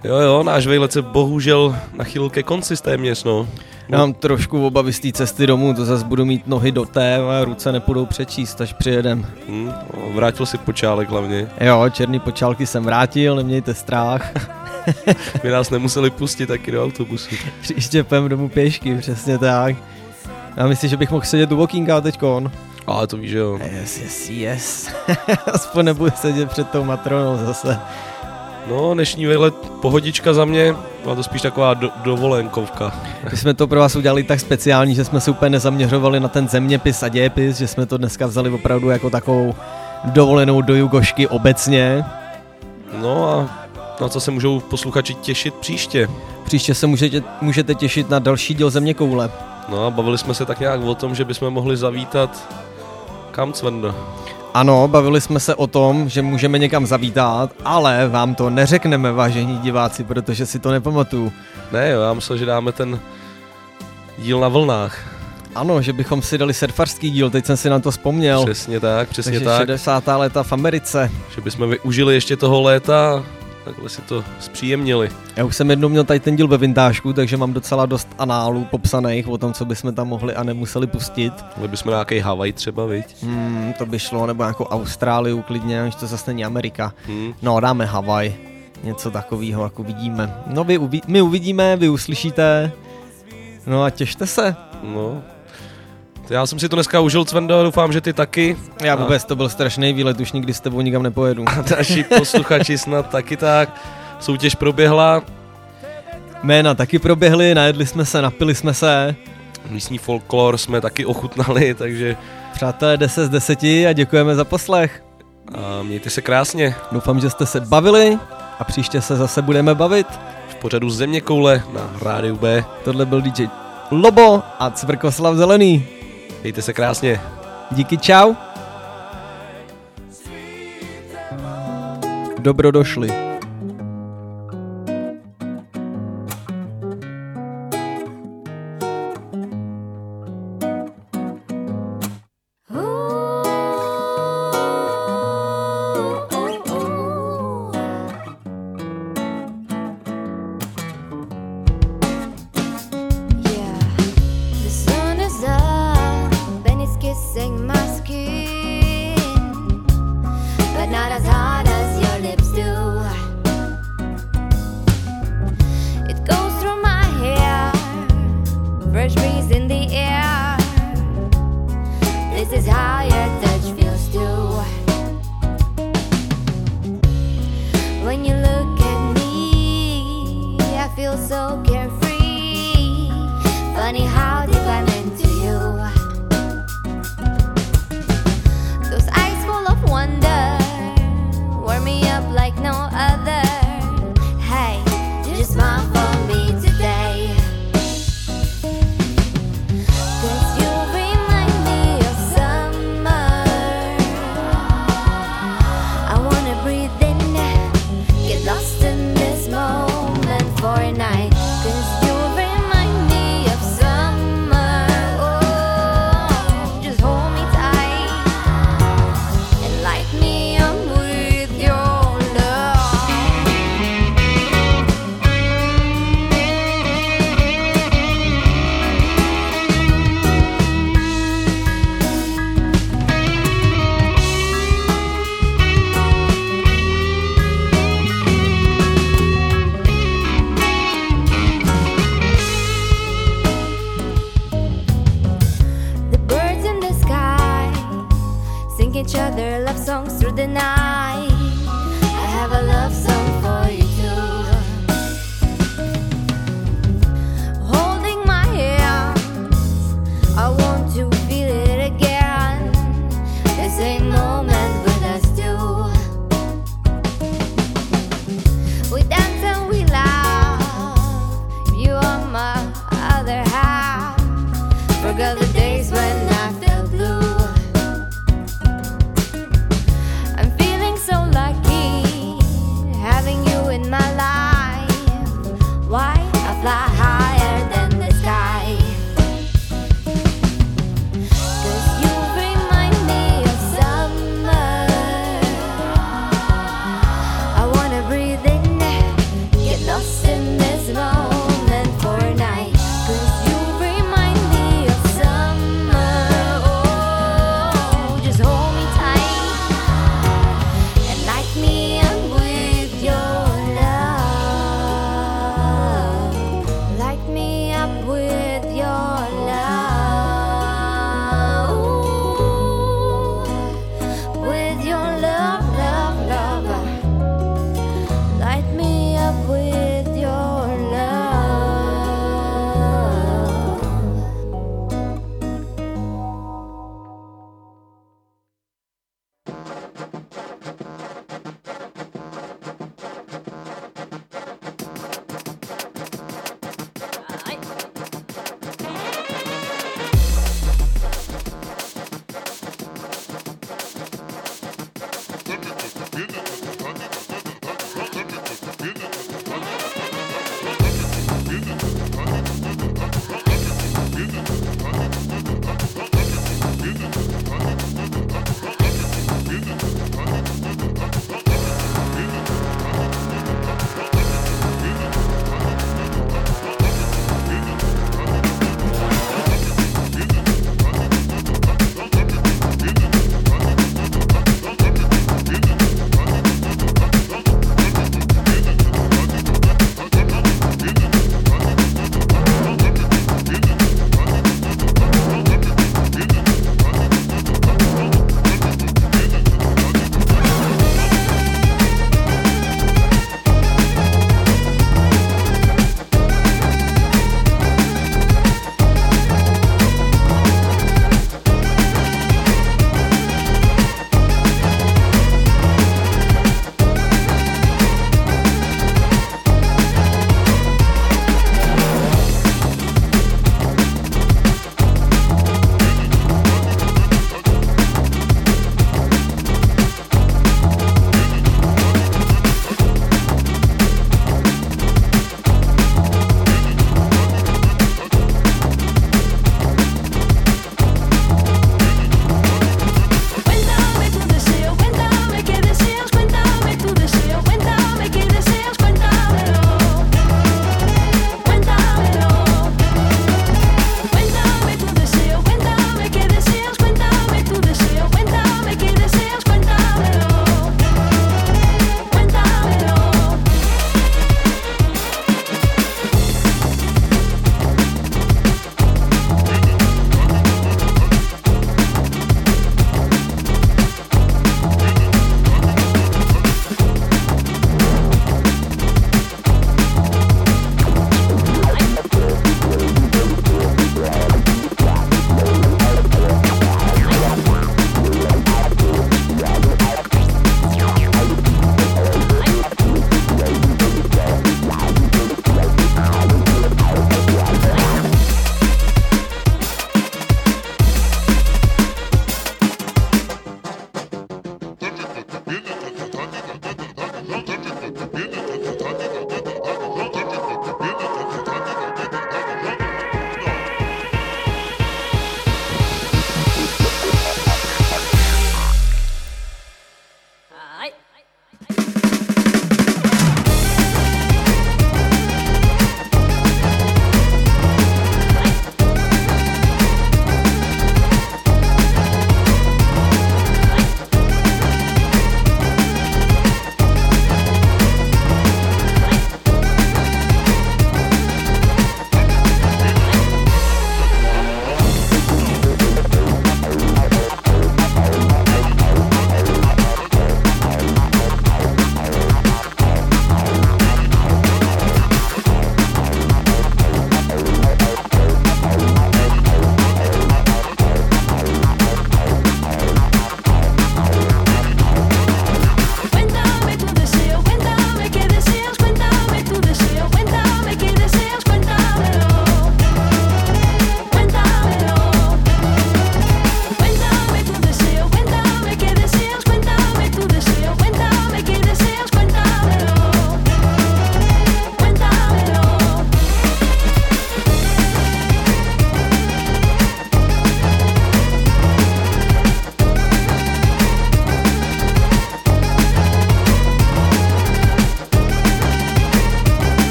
Jo, jo, náš vejlet se bohužel nachýlil ke konci téměř, no. Já mám trošku obavy z té cesty domů, to zase budu mít nohy do té a ruce nepůjdou přečíst, až přijedem. Hmm, vrátil si počálek hlavně. Jo, černý počálky jsem vrátil, nemějte strach. My nás nemuseli pustit taky do autobusu. Příště půjdem domů pěšky, přesně tak. Já myslím, že bych mohl sedět u okýnka teďkon. Ale to víš, že jo. Yes, yes, yes. Aspoň nebudu sedět před tou matronou zase. No, dnešní výlet pohodička za mě, byla to spíš taková do, dovolenkovka. My jsme to pro vás udělali tak speciální, že jsme se úplně nezaměřovali na ten zeměpis a dějepis, že jsme to dneska vzali opravdu jako takovou dovolenou do Jugošky obecně. No a na co se můžou posluchači těšit příště? Příště se můžete, můžete těšit na další díl Zeměkoule. No a bavili jsme se tak nějak o tom, že bychom mohli zavítat kam, Cvendo? Ano, bavili jsme se o tom, že můžeme někam zavítat, ale vám to neřekneme, vážení diváci, protože si to nepamatuju. Ne jo, já myslel, že dáme ten díl na vlnách. Ano, že bychom si dali surfařský díl, teď jsem si na to vzpomněl. Přesně tak, přesně Takže tak. šedesátá léta v Americe. Že bychom využili ještě toho léta, takhle si to zpříjemnili. Já už jsem jednou měl tady ten díl ve vintážku, takže mám docela dost análů popsaných o tom, co bychom tam mohli a nemuseli pustit. Mohli bychom nějaký Havaj třeba, viď? Hmm, to by šlo, nebo nějakou Austrálii klidně, až to zase není Amerika. Hmm. No, dáme Havaj, něco takového, jako vidíme. No, vy uvi- my uvidíme, vy uslyšíte, no a těšte se. No. Já jsem si to dneska užil, Cvendo, doufám, že ty taky. Já vůbec, to byl strašný výlet, už nikdy s tebou nikam nepojedu. A naši posluchači snad taky tak. Soutěž proběhla. Jména taky proběhly, najedli jsme se, napili jsme se. Místní folklor jsme taky ochutnali, takže... Přátelé, deset z deseti a děkujeme za poslech. A mějte se krásně. Doufám, že jste se bavili a příště se zase budeme bavit. V pořadu Zeměkoule na Rádiu B. Tohle byl D J Lobo a Cvrkoslav Zelený. Mějte se krásně. Díky, čau. Dobro došli. Lost in this moment for a night, 'cause you remind me of some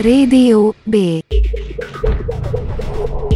Radio B.